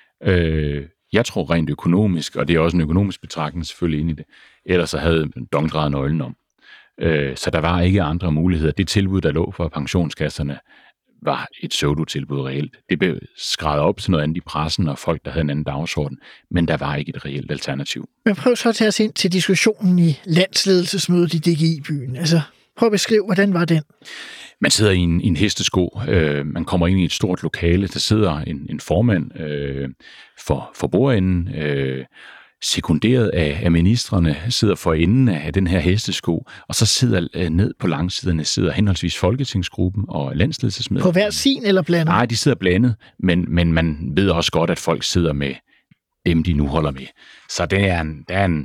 Øh, Jeg tror rent økonomisk, og det er også en økonomisk betragtning selvfølgelig ind i det, ellers så havde Dong drejet nøglen om. Så der var ikke andre muligheder. Det tilbud, der lå for pensionskasserne, var et pseudo-tilbud reelt. Det blev skrevet op til noget andet i pressen og folk, der havde en anden dagsorden, men der var ikke et reelt alternativ. Men prøv så at tage os ind til diskussionen i landsledelsesmødet i D G I-byen. Altså, prøv at beskrive, hvordan var den? Man sidder i en, i en hestesko, øh, man kommer ind i et stort lokale, der sidder en, en formand øh, for, for bordenden, øh, sekunderet af, af ministrene, sidder for enden af den her hestesko, og så sidder øh, ned på langsiderne, sidder henholdsvis Folketingsgruppen og landsledelsesmedlemmer. På hver sin eller blandet? Nej, de sidder blandet, men, men man ved også godt, at folk sidder med dem, de nu holder med. Så det er en, der er en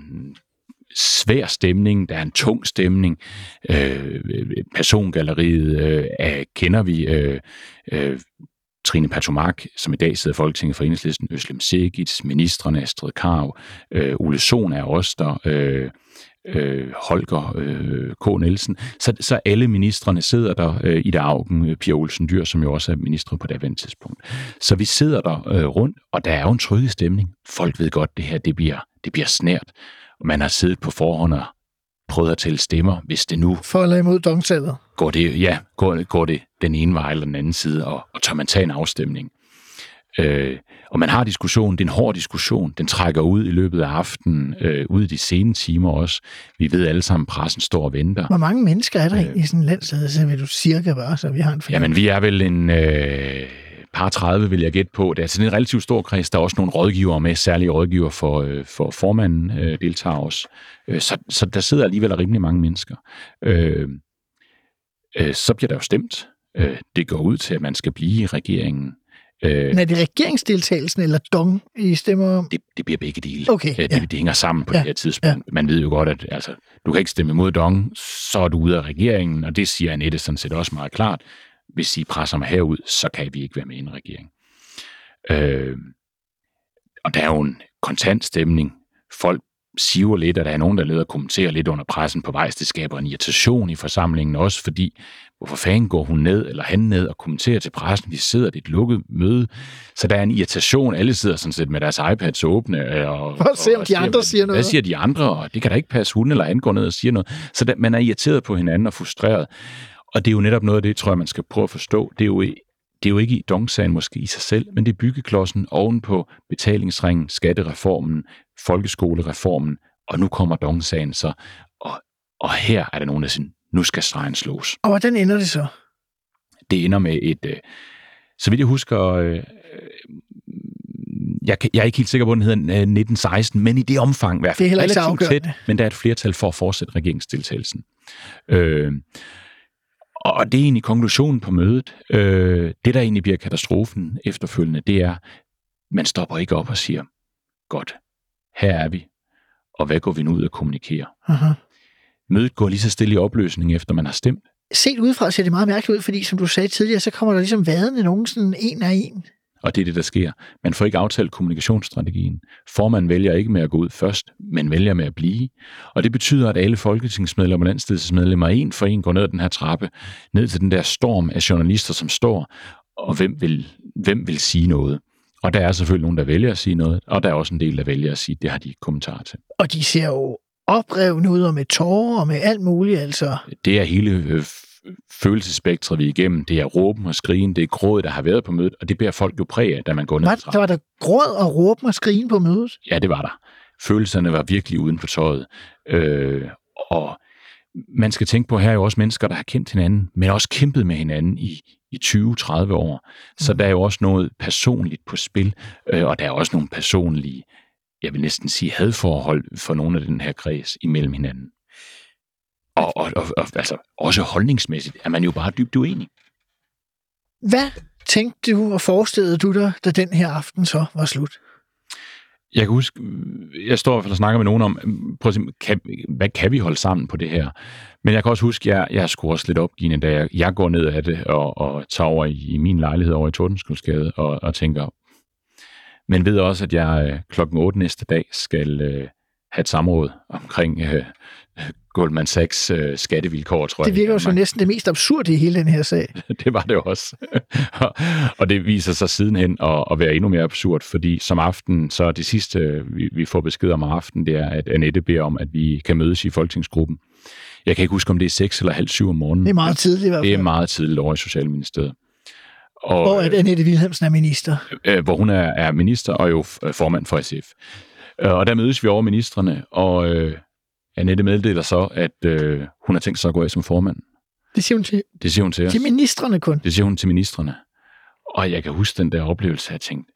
svær stemning, der er en tung stemning. Øh, persongalleriet øh, er, kender vi. Øh, øh, Trine Patomak, som i dag sidder i Folketinget for Enhedslisten, Özlem Cekic, ministrene Astrid Krag, øh, Ole Sohn er også der, øh, øh, Holger øh, K. Nielsen. Så, så alle ministrene sidder der, øh, Ida Auken, Pia Olsen Dyhr, som jo også er minister på det andet tidspunkt. Så vi sidder der øh, rundt, og der er jo en trygge stemning. Folk ved godt, det her det bliver, det bliver snært. Man har siddet på forhånd og prøvet at tælle stemmer, hvis det nu... For eller imod Dong-salget? Går det, ja, går, går det den ene vej eller den anden side, og, og tør man tage en afstemning. Øh, og man har diskussion, det er en hård diskussion, den trækker ud i løbet af aftenen, øh, ud i de sene timer også. Vi ved alle sammen, pressen står og venter. Hvor mange mennesker er der øh, i sådan en landsledelse, vil du cirka bare, så vi har en fornemmelse? Jamen, vi er vel en... Øh, par tredive, vil jeg gætte på. Det er altså en relativt stor kreds. Der er også nogle rådgivere med, særlige rådgivere for, øh, for formanden øh, deltager også. Øh, så, så der sidder alligevel rimelig mange mennesker. Øh, øh, så bliver der jo stemt. Øh, det går ud til, at man skal blive i regeringen. Øh, Men er det regeringsdeltagelsen eller Dong, I stemmer om? Det, det bliver begge dele. Okay, øh, det, ja. det hænger sammen på ja. det her tidspunkt. Ja. Man ved jo godt, at altså, du kan ikke stemme imod Dong, så er du ude af regeringen, og det siger Annette sådan set også meget klart. Hvis I presser mig herud, så kan vi ikke være med i en regering. Øh, og der er jo en kontant stemning. Folk siver lidt, at der er nogen, der leder og kommenterer lidt under pressen på vej. Det skaber en irritation i forsamlingen også, fordi hvorfor fanden går hun ned, eller han ned og kommenterer til pressen? De sidder i et lukket møde, så der er en irritation. Alle sidder sådan set med deres iPads åbne. Og, For at se, om de andre siger noget. Hvad siger de andre? Og det kan da ikke passe, hun eller han går ned og siger noget. Så der, man er irriteret på hinanden og frustreret. Og det er jo netop noget af det, tror jeg, man skal prøve at forstå. Det er jo, det er jo ikke i Dong-sagen måske i sig selv, men det er byggeklodsen oven på betalingsringen, skattereformen, folkeskolereformen, og nu kommer Dong-sagen så. Og, og her er der nogen, der siger, nu skal stregen slås. Og hvordan ender det så? Det ender med et, øh, så vidt jeg husker, øh, jeg, jeg er ikke helt sikker på, at den hedder nitten seksten, men i det omfang i hvert fald. Det er heller ikke så afgørende. Tæt, men der er et flertal for at fortsætte regeringsdeltagelsen. Øh, og det er egentlig konklusionen på mødet. Øh, det, der egentlig bliver katastrofen efterfølgende, det er, man stopper ikke op og siger, godt, her er vi, og hvad går vi nu ud og kommunikere? Aha. Mødet går lige så stille i opløsning, efter man har stemt. Set udefra ser det meget mærkeligt ud, fordi som du sagde tidligere, så kommer der ligesom vadende nogen sådan en af en. Og det er det, der sker. Man får ikke aftalt kommunikationsstrategien. Formanden vælger ikke med at gå ud først, men vælger med at blive. Og det betyder, at alle folketingsmedlemmer og landstidsmedlemmer en for en går ned ad den her trappe, ned til den der storm af journalister, som står, og hvem vil, hvem vil sige noget. Og der er selvfølgelig nogen, der vælger at sige noget, og der er også en del, der vælger at sige, at det har de ikke kommentarer til. Og de ser jo oprevne ud og med tårer og med alt muligt, altså. Det er hele øh, følelsesspektret, vi er igennem. Det er råben og skrigen, det er grådet, der har været på mødet, og det bærer folk jo præg af, da man går ned. Var, der var der gråd og råben og skrigen på mødet? Ja, det var der. Følelserne var virkelig uden på tøjet. Øh, og man skal tænke på, her er jo også mennesker, der har kendt hinanden, men også kæmpet med hinanden i, i tyve til tredive år. Så mm. der er jo også noget personligt på spil, øh, og der er også nogle personlige, jeg vil næsten sige, hadforhold for nogle af den her kreds imellem hinanden. Og, og, og, og altså, også holdningsmæssigt er man jo bare dybt uenig. Hvad tænkte du og forestillede du dig, da den her aften så var slut? Jeg kan huske, jeg står og snakker med nogen om, prøv at se, kan, hvad kan vi holde sammen på det her? Men jeg kan også huske, at jeg, jeg er sgu også lidt opgivende, da jeg, jeg går ned af det og, og tager over i, i min lejlighed over i Tordenskullsgade og, og tænker, men ved også, at jeg klokken otte næste dag skal øh, have et samråd omkring øh, Goldman Sachs øh, skattevilkår, tror jeg. Det virker jo så næsten det mest absurde i hele den her sag. Det var det også. Og det viser sig sidenhen at, at være endnu mere absurd, fordi som aften, så det sidste, vi, vi får besked om aftenen, det er, at Annette beder om, at vi kan mødes i folketingsgruppen. Jeg kan ikke huske, om det er seks eller halv syv om morgenen. Det er meget tidligt i hvert fald. Det er meget tidligt over i Socialministeriet. Og, hvor at Annette Wilhelmsen er minister. Øh, hvor hun er, er minister og jo formand for S F. Og der mødes vi over ministrene, og øh, Annette meddeler så, at øh, hun har tænkt sig at gå af som formand. Det siger hun til, det siger hun til, til ministrene kun? Det siger hun til ministrene. Og jeg kan huske den der oplevelse, at jeg tænkte,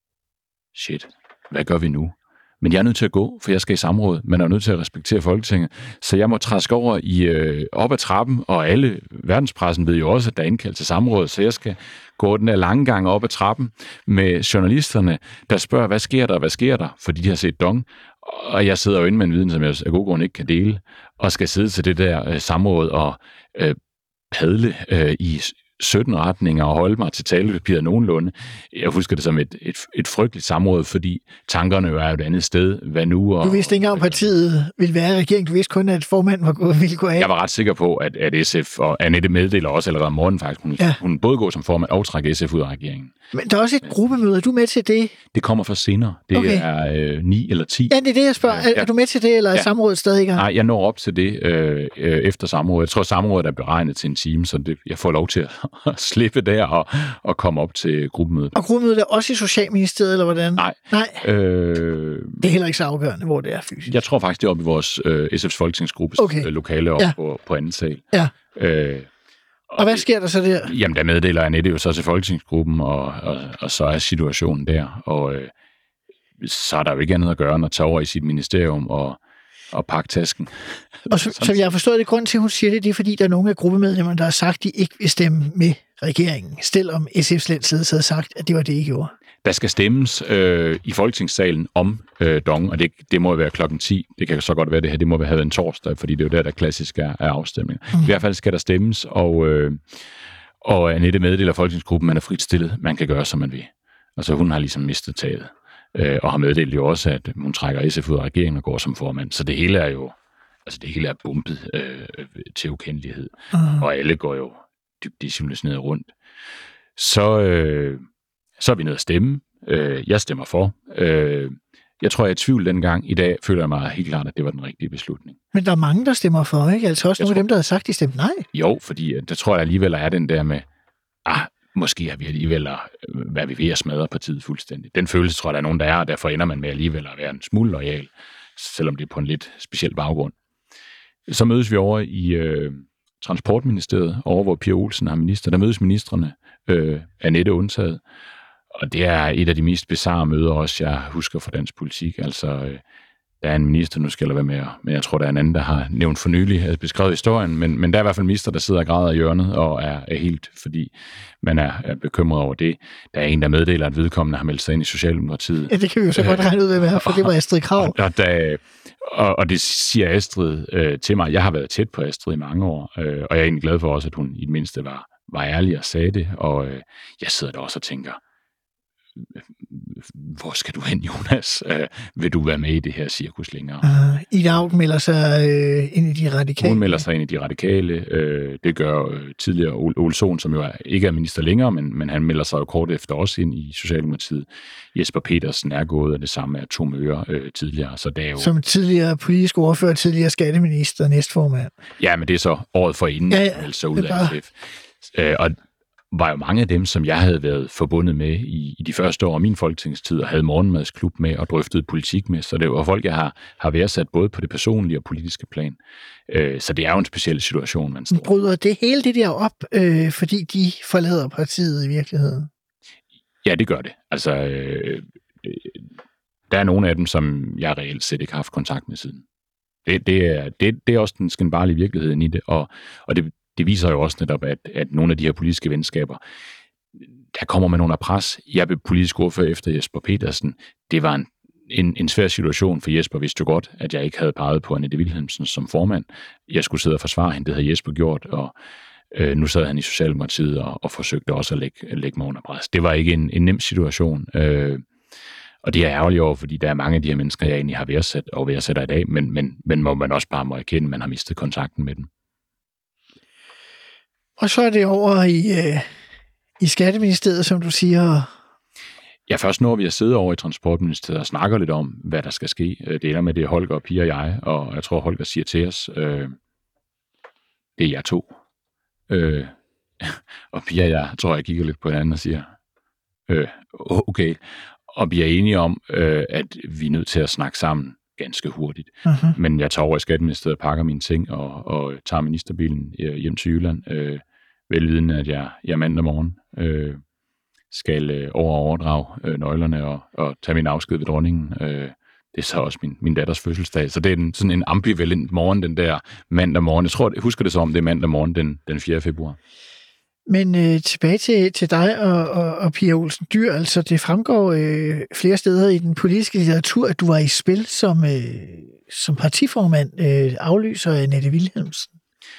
shit, hvad gør vi nu? Men jeg er nødt til at gå, for jeg skal i samråd, men jeg er nødt til at respektere Folketinget. Så jeg må træske over i, øh, op ad trappen, og alle verdenspressen ved jo også, at der er indkaldt til samråd, så jeg skal gå den der lange gang op ad trappen med journalisterne, der spørger, hvad sker der, hvad sker der, fordi de har set Dong. Og jeg sidder jo inde med en viden, som jeg af god grund ikke kan dele, og skal sidde til det der øh, samråd og øh, padle øh, i sytten retninger og holde mig til talepapiret nogenlunde. Jeg husker det som et, et, et frygteligt samråd, fordi tankerne jo er et andet sted. Hvad nu? Og, du vidste ikke engang, partiet ville være i regeringen. Du vidste kun, at formanden var, ville gå af. Jeg var ret sikker på, at, at S F og Annette meddeler også allerede om morgenen faktisk, hun, ja. hun både går som formand og trækker S F ud af regeringen. Men der er også et gruppemøde. Er du med til det? Det kommer for senere. Det okay. er øh, ni eller ti. Ja, det er det, jeg spørger. Er, ja. er du med til det, eller er ja. samrådet stadig ikke? Nej, jeg når op til det øh, øh, efter samrådet. Jeg tror, samrådet er beregnet til en time, så det, jeg får lov til at slippe der og, og komme op til gruppemødet. Og gruppemødet er også i Socialministeriet, eller hvordan? Nej. Nej. Øh, det er heller ikke så afgørende, hvor det er fysisk. Jeg tror faktisk, det er oppe i vores øh, S F's folketingsgruppes okay. øh, lokale op ja. på, på anden sal. Ja. Øh, Og, og hvad sker der så der? Jamen, der meddeler Annette jo så til folketingsgruppen, og, og, og så er situationen der. Og øh, så er der jo ikke andet at gøre, end at tage over i sit ministerium og, og pakke tasken. Og så, så jeg har forstået det, grund til, at hun siger det, det er, fordi der er nogle af gruppemedlemmerne, der har sagt, at de ikke vil stemme med regeringen. Stil om S F's landsledelse havde sagt, at det var det, I gjorde. Der skal stemmes øh, i folketingssalen om øh, Dong, og det, det må være klokken ti. Det kan så godt være det her, det må have en torsdag, fordi det er jo der, der klassisk er, er afstemning. Mm. I hvert fald skal der stemmes, og, øh, og Annette meddeler folketingsgruppen, man er frit stillet, man kan gøre, som man vil. Altså hun har ligesom mistet taget, øh, og har meddelt jo også, at hun trækker S F ud af regeringen og går som formand. Så det hele er jo, altså det hele er bumpet øh, til ukendelighed, mm. og alle går jo dybt desillusioneret rundt. Så... Øh, Så er vi nede at stemme. Jeg stemmer for. Jeg tror, jeg er i tvivl dengang. I dag føler jeg mig helt klart, at det var den rigtige beslutning. Men der er mange, der stemmer for, ikke? Altså også jeg nogle tror... af dem, der har sagt, de stemte nej. Jo, fordi der tror jeg alligevel er den der med, ah, måske er vi alligevel hvad vi ved at smadre partiet fuldstændig. Den følelse tror jeg, der er nogen, der er, og derfor ender man med alligevel at være en smule loyal, selvom det er på en lidt speciel baggrund. Så mødes vi over i øh, Transportministeriet, over hvor Pia Olsen har minister. Der mødes ministerne, øh, Annette undtaget, og det er et af de mest bizarre møder også, jeg husker fra dansk politik. Altså, øh, der er en minister, nu skal jeg lade være med, men jeg tror, der er en anden, der har nævnt for nylig, har beskrevet historien, men, men der er i hvert fald en minister, der sidder og græder i hjørnet, og er, er helt, fordi man er, er bekymret over det. Der er en, der meddeler, at vedkommende har meldt sig ind i Socialdemokratiet. Ja, det kan vi jo så godt regne ud, hvem er, for det var Astrid Krag. Og, og, der, og, og det siger Astrid øh, til mig. Jeg har været tæt på Astrid i mange år, øh, og jeg er egentlig glad for også, at hun i det mindste var, var ærlig og sagde det, og øh, jeg sidder der også og tænker, hvor skal du hen, Jonas? Uh, vil du være med i det her cirkus længere? Uh, Ida Auken melder sig øh, ind i de radikale. Hun melder sig ind i de radikale. Uh, det gør uh, tidligere Ole Sohn, som jo er, ikke er minister længere, men, men han melder sig jo kort efter også ind i Socialdemokratiet. Jesper Petersen er gået, og det samme er Tom Øre uh, tidligere. Så det er jo... Som tidligere politisk ordfører, tidligere skatteminister, næstformand. Ja, men det er så året forinden, ja, ja. altså ud af S F. Uh, og var jo mange af dem, som jeg havde været forbundet med i, i de første år af min folketingstid, og havde morgenmadsklub med og drøftet politik med. Så det var folk, jeg har, har værdsat både på det personlige og politiske plan. Øh, så det er jo en speciel situation, man står. Bryder det hele det der op, øh, fordi de forlader partiet i virkeligheden? Ja, det gør det. Altså, øh, øh, der er nogle af dem, som jeg reelt set ikke har haft kontakt med siden. Det, det, er, det, det er også den skinbarlige virkeligheden i det, og, og det Det viser jo også netop, at, at nogle af de her politiske venskaber, der kommer med nogle af pres. Jeg blev politisk ordfører efter Jesper Petersen. Det var en, en, en svær situation, for Jesper vidste jo godt, at jeg ikke havde peget på Annette Wilhelmsen som formand. Jeg skulle sidde og forsvare hende, det havde Jesper gjort, og øh, nu sad han i Socialdemokratiet og, og forsøgte også at lægge, lægge mig under pres. Det var ikke en, en nem situation, øh, og det er ærgerligt over, fordi der er mange af de her mennesker, jeg egentlig har værdsat og værdsætter i dag, men, men, men må man også bare må erkende, at man har mistet kontakten med dem. Og så er det over i, øh, i Skatteministeriet, som du siger. Ja, først når vi har siddet over i Transportministeriet og snakker lidt om, hvad der skal ske. Det ender med, det er Holger og Pia og jeg, og jeg tror, Holger siger til os, øh, det er jer to. Øh, og Pia og jeg, tror jeg, kigger lidt på hinanden og siger, øh, okay. Og vi er enige om, øh, at vi er nødt til at snakke sammen ganske hurtigt. Uh-huh. Men jeg tager over i Skatteministeriet og pakker mine ting og, og tager ministerbilen hjem til Jylland, øh, velvidende, at jeg, jeg mandag morgen øh, skal øh, over og overdrage øh, nøglerne og, og tage min afsked ved dronningen. Øh, det er så også min, min datters fødselsdag, så det er en, sådan en ambivalent morgen, den der mandag morgen. Jeg tror, jeg husker det som, det er mandag morgen den, den fjerde februar. Men øh, tilbage til, til dig og, og, og Pia Olsen Dyhr, altså det fremgår øh, flere steder i den politiske litteratur, at du var i spil som, øh, som partiformand, øh, aflyser Annette Wilhelmsen.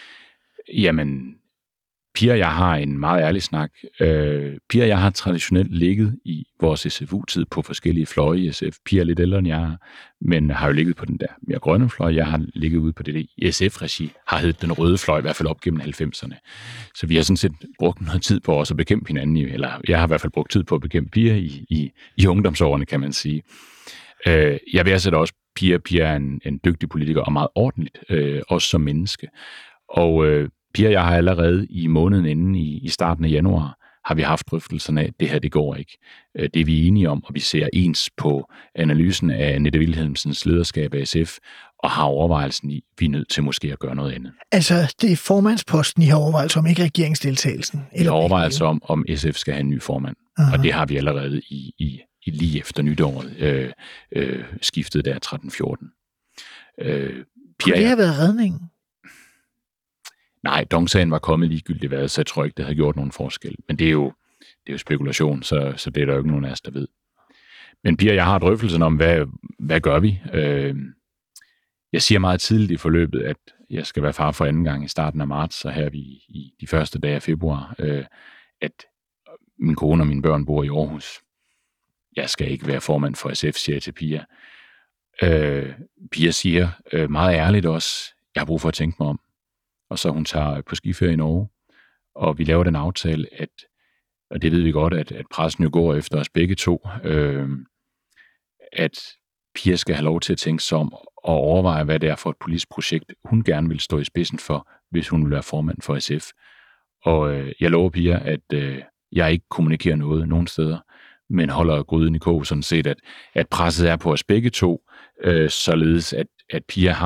Jamen, Pia og jeg har en meget ærlig snak. Øh, Pia og jeg har traditionelt ligget i vores S F U-tid på forskellige fløje i S F. Pia er lidt ældre end jeg er, men har jo ligget på den der mere grønne fløj. Jeg har ligget ude på det i S F-regi, har heddet den røde fløj, i hvert fald op gennem halvfemserne. Så vi har sådan set brugt noget tid på også at bekæmpe hinanden, eller jeg har i hvert fald brugt tid på at bekæmpe Pia i, i, i ungdomsårene, kan man sige. Øh, jeg vil sætte også Pia. Pia er en, en dygtig politiker og meget ordentligt, øh, også som menneske. Og øh, Pia og jeg har allerede i måneden inden i, i starten af januar, har vi haft drøftelserne af, at det her, det går ikke. Det er vi enige om, og vi ser ens på analysen af Annette Wilhelmsens lederskab af S F, og har overvejelsen i, vi er nødt til måske at gøre noget andet. Altså, det er formandsposten, I har overvejelser om, ikke regeringsdeltagelsen? Vi har overvejelser om, om S F skal have en ny formand, aha, og det har vi allerede i, i, i lige efter nytåret øh, øh, skiftet der tretten fjorten. Øh, Kunne det have været redningen? Nej, Dong-sagen var kommet ligegyldigt hvad, så jeg tror ikke, det havde gjort nogen forskel. Men det er jo, det er jo spekulation, så, så det er der jo ikke nogen af os, der ved. Men Pia, jeg har drøftelsen om, hvad, hvad gør vi? Øh, jeg siger meget tidligt i forløbet, at jeg skal være far for anden gang i starten af marts, så her er vi i de første dage af februar, øh, at min kone og mine børn bor i Aarhus. Jeg skal ikke være formand for S F, siger jeg til Pia. Øh, Pia siger øh, meget ærligt også, jeg har brug for at tænke mig om. Og så hun tager på skiferie i Norge, og vi laver den aftale, at, og det ved vi godt, at, at pressen jo går efter os begge to, øh, at Pia skal have lov til at tænke sig om og overveje, hvad det er for et politisk projekt, hun gerne vil stå i spidsen for, hvis hun vil være formand for S F. Og øh, jeg lover Pia, at øh, jeg ikke kommunikerer noget nogen steder, men holder gryden i kog, sådan set, at, at presset er på os begge to, øh, således at, at Pia har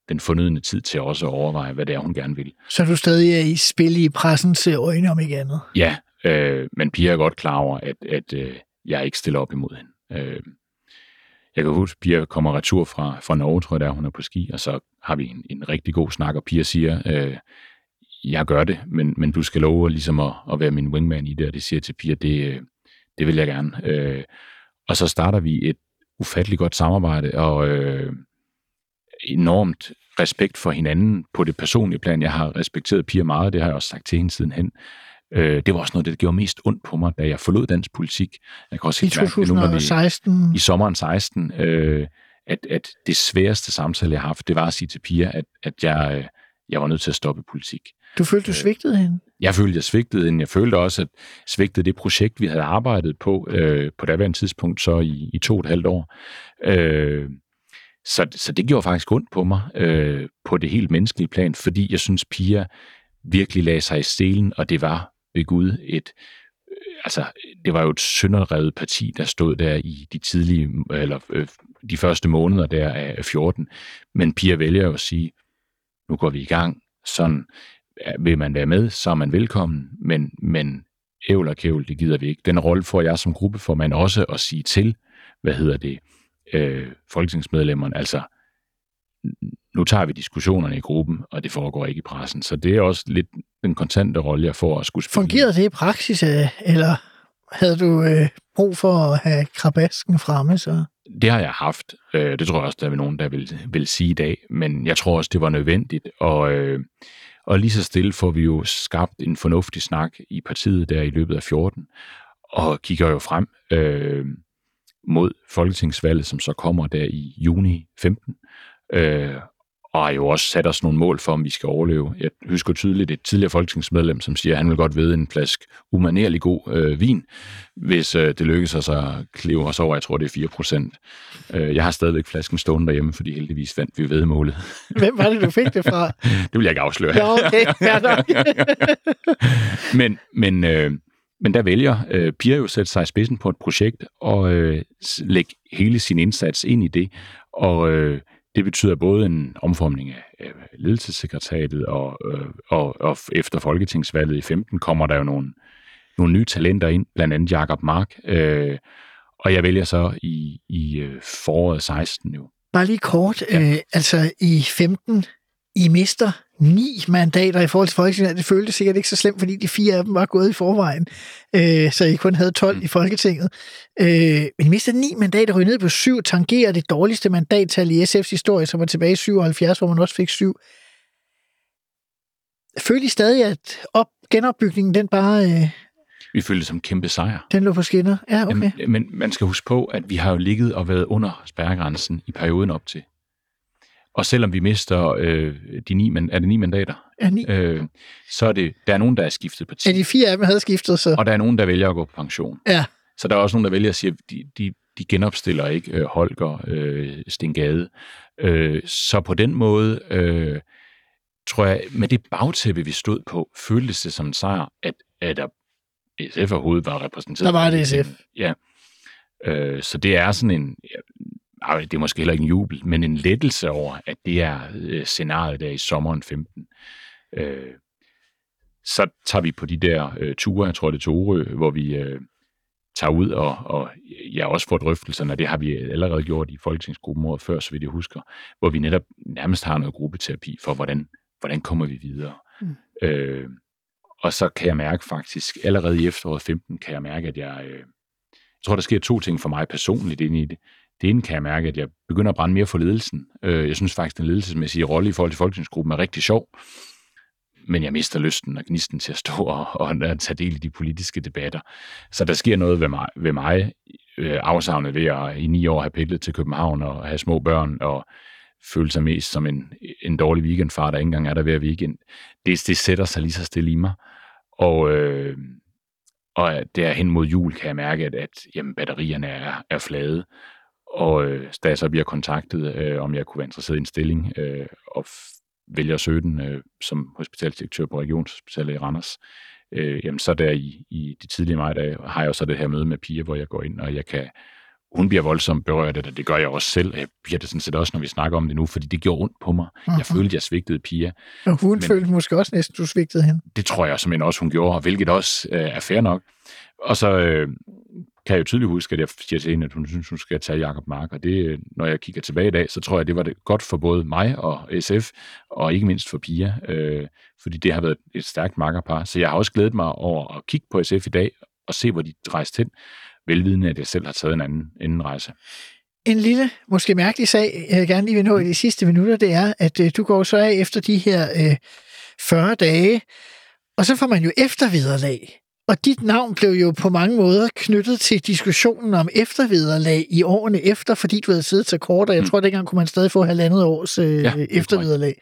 den fornødne tid til også at overveje, hvad det er, hun gerne vil. Så du stadig er i spil i pressens øjne, om ikke andet? Ja, øh, men Pia er godt klar over, at, at øh, jeg ikke stiller op imod hende. Øh, jeg kan huske, at Pia kommer retur fra, fra Norge, tror jeg, der hun er på ski, og så har vi en, en rigtig god snak, og Pia siger, øh, jeg gør det, men, men du skal love ligesom at, at være min wingman i det, og det siger jeg til Pia, det, det vil jeg gerne. Øh, og så starter vi et ufatteligt godt samarbejde, og øh, enormt respekt for hinanden på det personlige plan. Jeg har respekteret Pia meget, det har jeg også sagt til hende sidenhen. Øh, det var også noget, der gjorde mest ondt på mig, da jeg forlod dansk politik. Jeg kan også I to tusind og seksten? I, I sommeren seksten, øh, at, at det sværeste samtale, jeg har haft, det var at sige til Pia, at, at jeg, øh, jeg var nødt til at stoppe politik. Du følte, du svigtede hende? Jeg følte, jeg svigtede hende. Jeg følte også, at svigtede det projekt, vi havde arbejdet på, øh, på daværende tidspunkt, så i, i to og et halvt år. Øh, så, så det gjorde faktisk ondt på mig, øh, på det helt menneskelige plan, fordi jeg synes, Pia virkelig lagde sig i stelen, og det var ved Gud et, øh, altså, det var jo et sønderrevet parti, der stod der i de tidlige, eller øh, de første måneder der af fjorten. Men Pia vælger jo at sige, nu går vi i gang, sådan vil man være med, så er man velkommen, men, men ævl og kævl, det gider vi ikke. Den rolle får jeg som gruppeformand også at sige til, hvad hedder det, øh, folketingsmedlemmerne, altså nu tager vi diskussionerne i gruppen, og det foregår ikke i pressen, så det er også lidt den kontante rolle, jeg får at skulle spille. Fungerede det i praksis, eller havde du øh, brug for at have krabasken fremme, så? Det har jeg haft. Det tror jeg også, der er nogen, der vil, vil sige i dag, men jeg tror også, det var nødvendigt, og øh, Og lige så stille får vi jo skabt en fornuftig snak i partiet der i løbet af fjorten, og kigger jo frem øh, mod folketingsvalget, som så kommer der i juni femten, øh, og har jo også sat os nogle mål for, om vi skal overleve. Jeg husker tydeligt et tidligere folketingsmedlem, som siger, at han vil godt ved en flaske umanerlig god øh, vin, hvis øh, det lykkes os at klive os over, jeg tror det er fire procent. Øh, jeg har stadigvæk flasken stående derhjemme, fordi heldigvis vandt vi væddemålet. Hvem var det, du fik det fra? Det vil jeg ikke afsløre. Ja, okay. Ja, nok. men, men, øh, men der vælger øh, Pia jo at sætte sig i spidsen på et projekt, og øh, lægge hele sin indsats ind i det, og øh, det betyder både en omformning af ledelsessekretariatet, og, øh, og, og efter folketingsvalget i femten kommer der jo nogle, nogle nye talenter ind, blandt andet Jacob Mark, øh, og jeg vælger så i, i foråret seksten jo. Bare lige kort, ja. øh, altså i femten, I mister ni mandater i forhold til Folketinget. Det føltes sikkert ikke så slemt, fordi de fire af dem var gået i forvejen, øh, så I kun havde tolv mm. i Folketinget. Øh, men I mister ni mandater, ryger ned på syv, tangerer det dårligste mandattal i S F's historie, som var tilbage i syvoghalvfjerds, hvor man også fik syv. Følte I stadig, at op, genopbygningen, den bare... Øh, vi følte det som kæmpe sejr. Den lå på skinner? Ja, okay. Jamen, men man skal huske på, at vi har jo ligget og været under spærregrænsen i perioden op til. Og selvom vi mister øh, de ni, er det ni mandater, ja, ni. Øh, så er det, der er nogen, der er skiftet parti. Ja, de fire af dem havde skiftet så. Og der er nogen, der vælger at gå på pension. Ja. Så der er også nogen, der vælger at sige, at de, de, de genopstiller ikke øh, Holger øh, Stengade. Øh, så på den måde, øh, tror jeg, med det bagtæppe, vi stod på, føltes det som en sejr, at, at der S F overhovedet var repræsenteret. Der var det S F. Ja. Øh, så det er sådan en... Ja, det er måske heller ikke en jubel, men en lettelse over, at det er øh, scenariet der i sommeren femten. Øh, så tager vi på de der øh, ture, jeg tror det er til Orø, hvor vi øh, tager ud, og, og jeg også får drøftelserne, og det har vi allerede gjort i folketingsgruppen året før, så vidt jeg husker, hvor vi netop nærmest har noget gruppeterapi for, hvordan, hvordan kommer vi videre. Mm. Øh, og så kan jeg mærke faktisk, allerede i efteråret femten, kan jeg mærke, at jeg, øh, jeg tror, der sker to ting for mig personligt inde i det. Det ene kan jeg mærke, at jeg begynder at brænde mere for ledelsen. Jeg synes faktisk, den ledelsesmæssige rolle i forhold til folketingsgruppen er rigtig sjov. Men jeg mister lysten og gnisten til at stå og, og tage del i de politiske debatter. Så der sker noget ved mig, ved mig afsavnet ved at i ni år have pendlet til København og have små børn og føle sig mest som en, en dårlig weekendfar, der ikke engang er der hver weekend. Det, det sætter sig lige så stille i mig. Og... Øh, og der hen mod jul kan jeg mærke, at, at jamen, batterierne er, er flade. Og øh, da jeg så bliver kontaktet, øh, om jeg kunne være interesseret i en stilling, øh, og f- vælger at søge den øh, som hospitalsdirektør på Regionshospitalet i Randers, øh, jamen så der i, i de tidlige maj, der har jeg jo så det her møde med Pia, hvor jeg går ind, og jeg kan hun bliver voldsomt berørt af det. Det gør jeg også selv. Jeg bliver det sådan set også, når vi snakker om det nu, fordi det gjorde ondt på mig. Uh-huh. Jeg følte, jeg svigtede Pia. Og hun men, følte måske også næsten, du svigtede hende. Det tror jeg simpelthen også, hun gjorde, hvilket også øh, er fair nok. Og så øh, kan jeg jo tydeligt huske, at jeg siger til hende, at hun synes, hun skal tage Jacob Mark. Og det, når jeg kigger tilbage i dag, så tror jeg, det var det godt for både mig og S F, og ikke mindst for Pia, øh, fordi det har været et stærkt makkerpar. Så jeg har også glædet mig over at kigge på S F i dag, og se, hvor de rejste hen, velvidende, at jeg selv har taget en anden, anden rejse. En lille, måske mærkelig sag, jeg gerne lige vil nå i de sidste minutter, det er, at øh, du går så af efter de her øh, fyrre dage, og så får man jo eftervederlag. Og dit navn blev jo på mange måder knyttet til diskussionen om eftervederlag i årene efter, fordi du havde siddet så kort, og jeg mm. tror, at dengang kunne man stadig få halvandet års øh, ja, eftervederlag.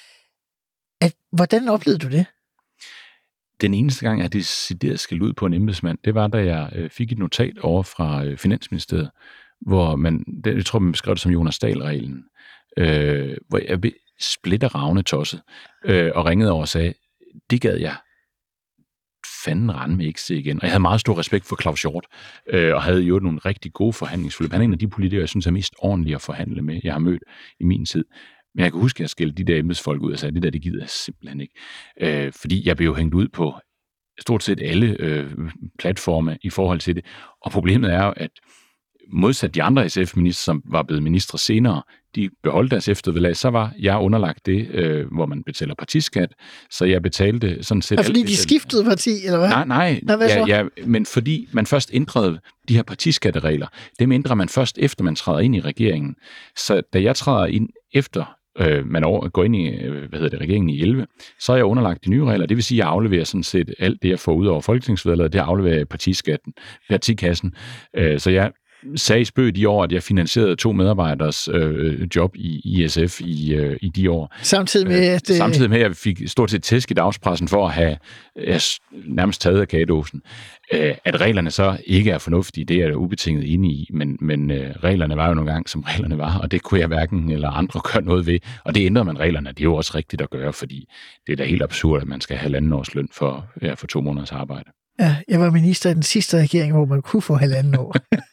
At, hvordan oplevede du det? Den eneste gang, at det decideret skældte ud på en embedsmand, det var, da jeg øh, fik et notat over fra øh, Finansministeriet, hvor man, det, jeg tror, man beskrev det som Jonas Dahl-reglen, øh, hvor jeg blev splitteravne tosset, øh, og ringede over og sagde, det gad jeg fanden rende med ikke se igen. Og jeg havde meget stor respekt for Claus Hjort, øh, og havde jo nogle rigtig gode forhandlingsforløb. Han er en af de politikere, jeg synes er mest ordentlige at forhandle med, jeg har mødt i min tid. Men jeg kan huske, at jeg skældte de der embedsfolk ud og sagde, det der, det gider jeg simpelthen ikke. Øh, fordi jeg blev jo hængt ud på stort set alle øh, platforme i forhold til det. Og problemet er jo, at modsat de andre S F-minister, som var blevet ministre senere, de beholdt deres eftervederlag, så var jeg underlagt det, øh, hvor man betaler partiskat, så jeg betalte sådan set... Og fordi de skiftede parti, eller hvad? Nej, nej, Nå, hvad ja, ja, men fordi man først ændrede de her partiskatteregler, dem ændrer man først efter, man træder ind i regeringen. Så da jeg træder ind efter, øh, man over, går ind i, hvad hedder det, regeringen i elleve, så er jeg underlagt de nye regler, det vil sige, at jeg afleverer sådan set alt det, jeg får ud over folketingsvederlaget, det afleverer jeg partiskatten, partikassen, øh, så jeg sagde i spøg de år, at jeg finansierede to medarbejderes øh, job i I S F i, øh, i de år. Samtidig med, at... Øh, samtidig med, at jeg fik stort set tæsk i dagspressen for at have jeg, nærmest taget af kagedåsen. Øh, at reglerne så ikke er fornuftige, det er jeg ubetinget inde i, men, men øh, reglerne var jo nogle gange, som reglerne var, og det kunne jeg hverken eller andre gøre noget ved. Og det ændrer man reglerne, det er jo også rigtigt at gøre, fordi det er da helt absurd, at man skal have halvanden års løn for, ja, for to måneders arbejde. Ja, jeg var minister i den sidste regering, hvor man kunne få halvanden år.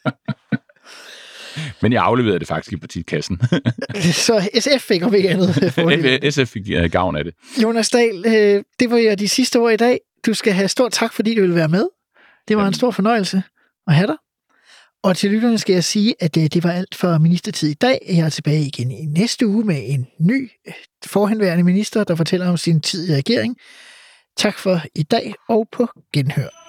Men jeg afleverede det faktisk i partikassen. Så S F fik om ikke andet. S F fik gavn af det. Jonas Dahl, det var jo de sidste år i dag. Du skal have stor tak, fordi du ville være med. Det var Jamen. en stor fornøjelse at have dig. Og til lytterne skal jeg sige, at det var alt for ministertid i dag. Jeg er tilbage igen i næste uge med en ny forhenværende minister, der fortæller om sin tid i regering. Tak for i dag og på genhør.